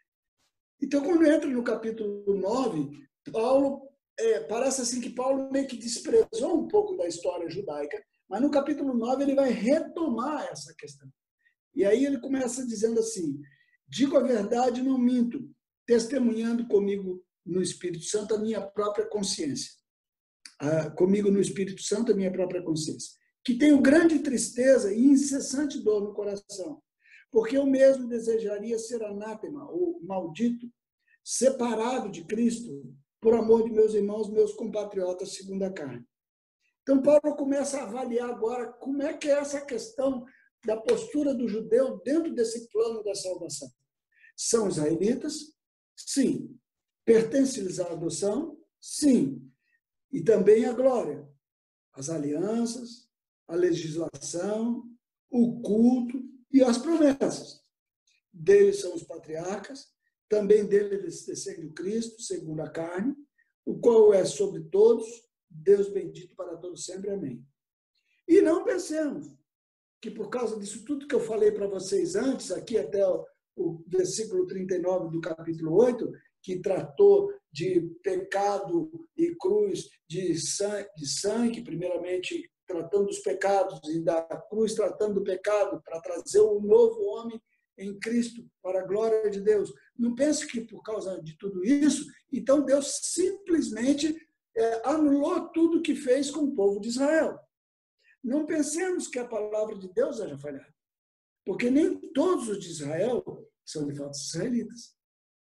Então, quando entra no capítulo nove, Paulo, é, parece assim que Paulo meio que desprezou um pouco da história judaica, mas no capítulo nove ele vai retomar essa questão. E aí ele começa dizendo assim: digo a verdade, não minto, testemunhando comigo no Espírito Santo a minha própria consciência. Ah, comigo no Espírito Santo a minha própria consciência. Que tenho grande tristeza e incessante dor no coração, porque eu mesmo desejaria ser anátema, ou maldito, separado de Cristo, por amor de meus irmãos, meus compatriotas segundo a carne. Então, Paulo começa a avaliar agora como é que é essa questão da postura do judeu dentro desse plano da salvação. São israelitas? Sim. Pertence-lhes à adoção? Sim. E também a glória, as alianças, a legislação, o culto e as promessas. Deles são os patriarcas, também deles descende o Cristo, segundo a carne, o qual é sobre todos, Deus bendito para todos sempre. Amém. E não pensemos que por causa disso tudo que eu falei para vocês antes, aqui até o, o versículo trinta e nove do capítulo oito, que tratou de pecado e cruz, de sangue, de sangue, primeiramente tratando dos pecados, e da cruz tratando do pecado, para trazer um novo homem em Cristo, para a glória de Deus. Não pense que por causa de tudo isso, então Deus simplesmente é, anulou tudo que fez com o povo de Israel. Não pensemos que a palavra de Deus haja falhado, porque nem todos os de Israel são de fato israelitas.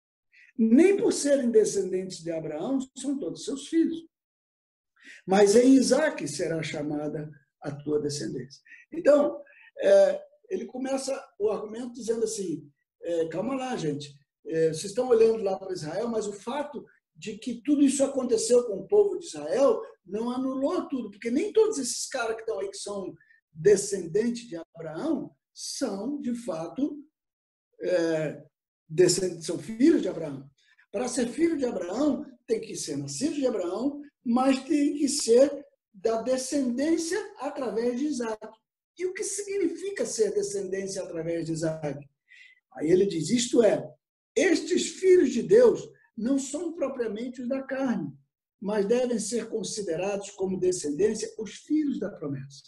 Nem por serem descendentes de Abraão são todos seus filhos. Mas em Isaac será chamada a tua descendência. Então, é, ele começa o argumento dizendo assim, é, calma lá, gente, é, vocês estão olhando lá para Israel, mas o fato de que tudo isso aconteceu com o povo de Israel não anulou tudo, porque nem todos esses caras que estão aí, que são descendentes de Abraão, são, de fato, é, descendentes, são filhos de Abraão. Para ser filho de Abraão, tem que ser nascido de Abraão, mas tem que ser da descendência através de Isaac. E o que significa ser descendência através de Isaac? Aí ele diz, isto é, estes filhos de Deus não são propriamente os da carne, mas devem ser considerados como descendência os filhos da promessa.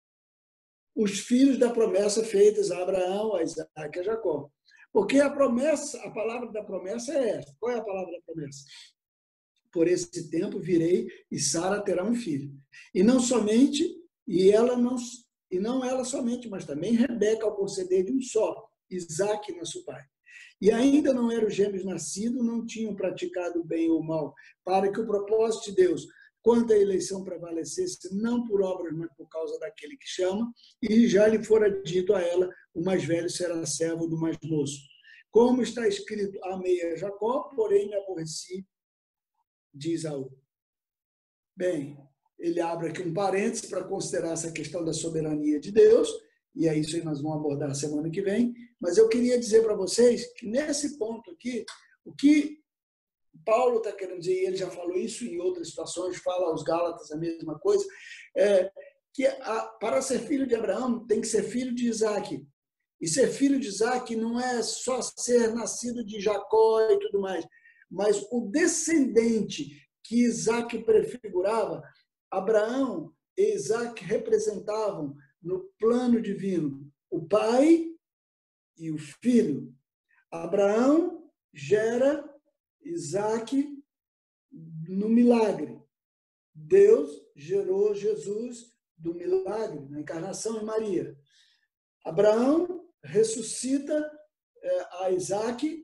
Os filhos da promessa feitas a Abraão, a Isaac e a Jacó. Porque a promessa, a palavra da promessa é esta. Qual é a palavra da promessa? Por esse tempo virei e Sara terá um filho. E não somente, e ela não, e não ela somente, mas também Rebeca ao conceder de um só, Isaque, nosso pai. E ainda não eram gêmeos nascidos, não tinham praticado o bem ou o mal, para que o propósito de Deus, quanto à eleição prevalecesse, não por obras, mas por causa daquele que chama, e já lhe fora dito a ela, o mais velho será servo do mais moço. Como está escrito, amei a Jacó, porém me aborreci de Esaú. Bem, ele abre aqui um parênteses para considerar essa questão da soberania de Deus, e é isso que nós vamos abordar semana que vem, mas eu queria dizer para vocês que nesse ponto aqui, o que Paulo está querendo dizer, e ele já falou isso em outras situações, fala aos Gálatas a mesma coisa, é que a, para ser filho de Abraão tem que ser filho de Isaac. E ser filho de Isaac não é só ser nascido de Jacó e tudo mais, mas o descendente que Isaac prefigurava, Abraão e Isaac representavam no plano divino o pai e o filho. Abraão gera Isaac no milagre. Deus gerou Jesus do milagre, na encarnação em Maria. Abraão ressuscita é, a Isaac,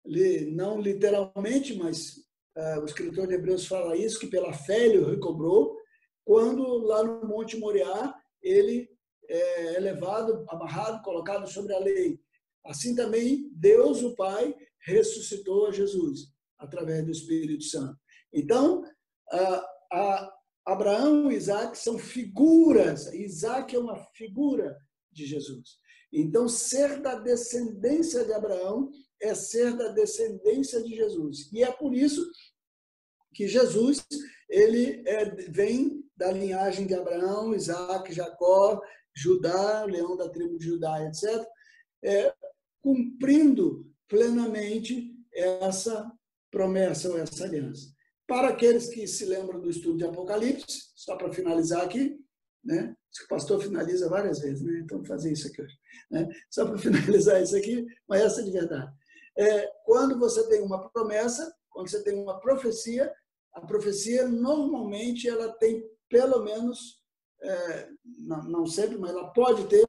não literalmente, mas é, o escritor de Hebreus fala isso, que pela fé ele o recobrou, quando lá no Monte Moriá ele é levado, amarrado, colocado sobre a lei. Assim também Deus, o Pai, ressuscitou a Jesus através do Espírito Santo. Então, a, a Abraão e Isaac são figuras. Isaac é uma figura de Jesus. Então, ser da descendência de Abraão é ser da descendência de Jesus. E é por isso que Jesus ele é, vem da linhagem de Abraão, Isaac, Jacó, Judá, leão da tribo de Judá, etcétera, é, cumprindo plenamente essa promessa ou essa aliança. Para aqueles que se lembram do estudo de Apocalipse, só para finalizar aqui, né? O pastor finaliza várias vezes, né? Então, vou fazer isso aqui hoje. Né? Só para finalizar isso aqui, mas essa é de verdade. É, quando você tem uma promessa, quando você tem uma profecia, a profecia, normalmente, ela tem pelo menos, é, não, não sempre, mas ela pode ter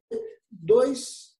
dois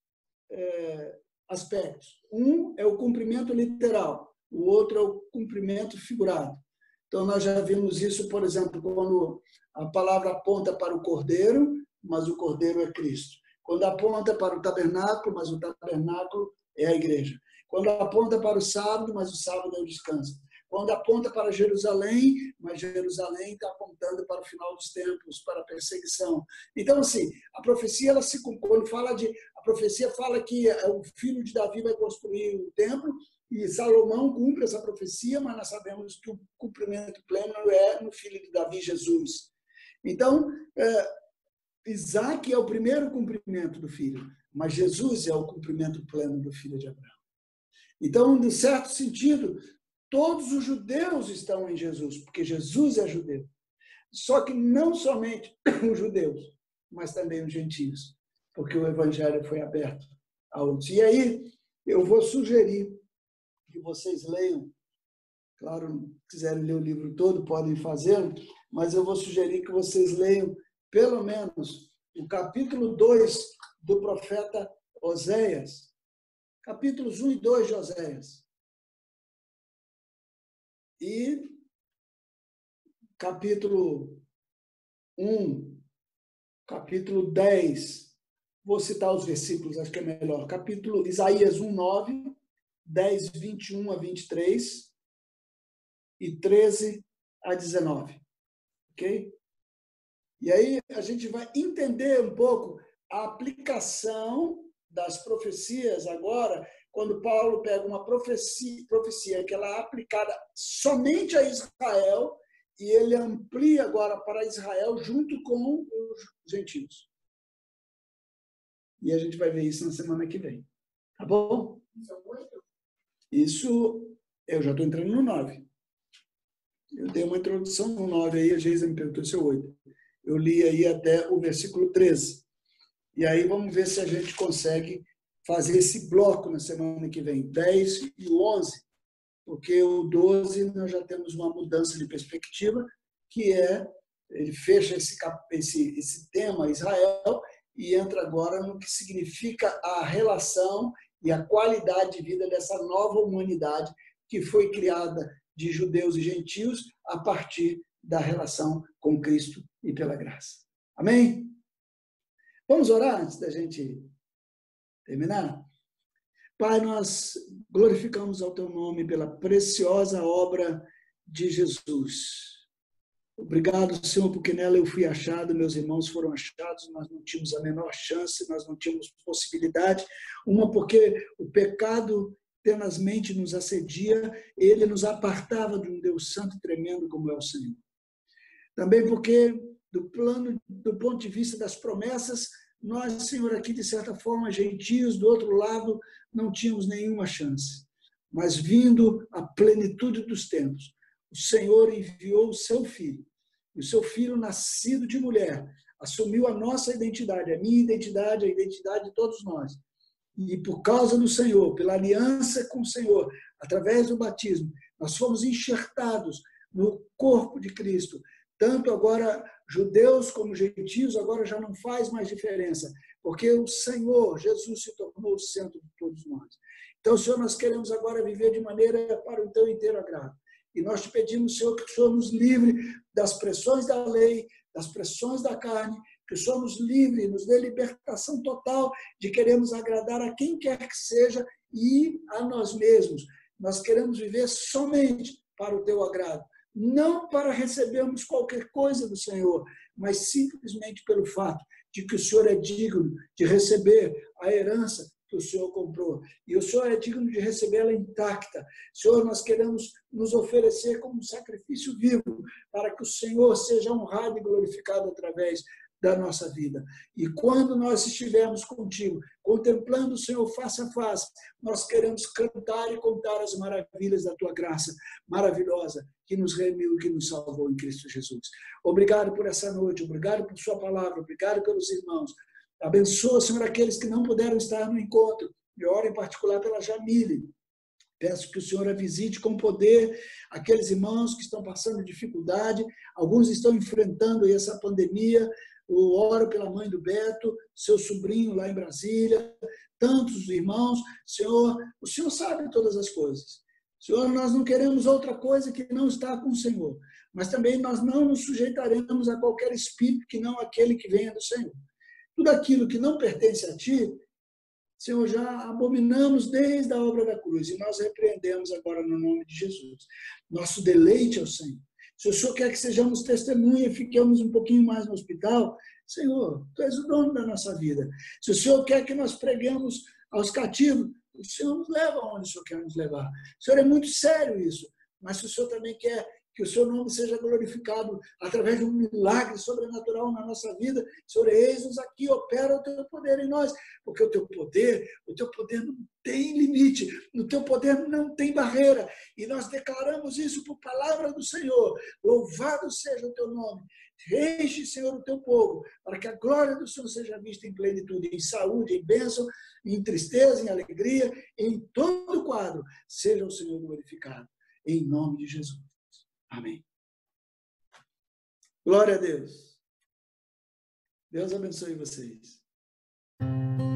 é, aspectos. Um é o cumprimento literal, o outro é o cumprimento figurado. Então, nós já vimos isso, por exemplo, quando a palavra aponta para o Cordeiro, mas o Cordeiro é Cristo. Quando aponta para o tabernáculo, mas o tabernáculo é a igreja. Quando aponta para o sábado, mas o sábado é o descanso. Quando aponta para Jerusalém, mas Jerusalém está apontando para o final dos tempos, para a perseguição. Então, assim, a profecia, ela se, quando fala de, a profecia fala que o filho de Davi vai construir o templo, e Salomão cumpre essa profecia, mas nós sabemos que o cumprimento pleno é no filho de Davi, Jesus. Então, é, Isaac é o primeiro cumprimento do filho, mas Jesus é o cumprimento pleno do filho de Abraão. Então, de certo sentido, todos os judeus estão em Jesus, porque Jesus é judeu. Só que não somente os judeus, mas também os gentios, porque o evangelho foi aberto a outros. E aí, eu vou sugerir que vocês leiam, claro, se quiserem ler o livro todo, podem fazê-lo, mas eu vou sugerir que vocês leiam, pelo menos, o capítulo dois do profeta Oséias, capítulos um e dois de Oséias. E capítulo um, capítulo dez, vou citar os versículos, acho que é melhor. Capítulo Isaías um, nove, dez, vinte e um a vinte e três e treze a dezenove. Ok? E aí a gente vai entender um pouco a aplicação das profecias agora, quando Paulo pega uma profecia, profecia que ela é aplicada somente a Israel e ele amplia agora para Israel junto com os gentios. E a gente vai ver isso na semana que vem. Tá bom? Isso, eu já estou entrando no nove. Eu dei uma introdução no nove aí, a Geisa me perguntou se é oito. Eu li aí até o versículo treze. E aí vamos ver se a gente consegue fazer esse bloco na semana que vem, dez e o onze, porque o doze nós já temos uma mudança de perspectiva, que é, ele fecha esse, esse, esse tema Israel e entra agora no que significa a relação e a qualidade de vida dessa nova humanidade que foi criada de judeus e gentios a partir da relação com Cristo e pela graça. Amém? Vamos orar antes da gente terminar? Pai, nós glorificamos ao Teu nome pela preciosa obra de Jesus. Obrigado, Senhor, porque nela eu fui achado, meus irmãos foram achados, nós não tínhamos a menor chance, nós não tínhamos possibilidade. Uma, porque o pecado tenazmente nos assedia, ele nos apartava de um Deus santo e tremendo como é o Senhor. Também porque, do plano, do ponto de vista das promessas, nós, Senhor, aqui, de certa forma, gentios, do outro lado, não tínhamos nenhuma chance. Mas, vindo à plenitude dos tempos, o Senhor enviou o seu Filho. E o seu Filho, nascido de mulher, assumiu a nossa identidade, a minha identidade, a identidade de todos nós. E por causa do Senhor, pela aliança com o Senhor, através do batismo, nós fomos enxertados no corpo de Cristo, tanto agora judeus como gentios, agora já não faz mais diferença, porque o Senhor, Jesus, se tornou o centro de todos nós. Então, Senhor, nós queremos agora viver de maneira para o teu inteiro agrado. E nós te pedimos, Senhor, que o Senhor nos livre das pressões da lei, das pressões da carne, que o Senhor nos livre, nos dê libertação total de queremos agradar a quem quer que seja e a nós mesmos. Nós queremos viver somente para o teu agrado, não para recebermos qualquer coisa do Senhor, mas simplesmente pelo fato de que o Senhor é digno de receber a herança que o Senhor comprou. E o Senhor é digno de recebê-la intacta. Senhor, nós queremos nos oferecer como um sacrifício vivo para que o Senhor seja honrado e glorificado através da nossa vida. E quando nós estivermos contigo, contemplando o Senhor face a face, nós queremos cantar e contar as maravilhas da tua graça maravilhosa, que nos remiu e que nos salvou em Cristo Jesus. Obrigado por essa noite, obrigado por sua palavra, obrigado pelos irmãos. Abençoa, Senhor, aqueles que não puderam estar no encontro. E oro em particular pela Jamile. Peço que o Senhor a visite com poder aqueles irmãos que estão passando dificuldade. Alguns estão enfrentando aí essa pandemia. Eu oro pela mãe do Beto, seu sobrinho lá em Brasília, tantos irmãos. Senhor, o Senhor sabe todas as coisas. Senhor, nós não queremos outra coisa que não está com o Senhor. Mas também nós não nos sujeitaremos a qualquer espírito que não aquele que venha do Senhor. Tudo aquilo que não pertence a ti, Senhor, já abominamos desde a obra da cruz e nós repreendemos agora no nome de Jesus. Nosso deleite é o Senhor. Se o Senhor quer que sejamos testemunha e fiquemos um pouquinho mais no hospital, Senhor, Tu és o dono da nossa vida. Se o Senhor quer que nós preguemos aos cativos, o Senhor nos leva onde o Senhor quer nos levar. Senhor, é muito sério isso, mas se o Senhor também quer que o seu nome seja glorificado através de um milagre sobrenatural na nossa vida, Senhor, eis-nos aqui, opera o teu poder em nós, porque o teu poder, o teu poder não tem limite, o teu poder não tem barreira, e nós declaramos isso por palavra do Senhor. Louvado seja o teu nome. Enche, Senhor, o teu povo, para que a glória do Senhor seja vista em plenitude, em saúde, em bênção, em tristeza, em alegria, em todo o quadro. Seja o Senhor glorificado, em nome de Jesus. Amém. Glória a Deus. Deus abençoe vocês.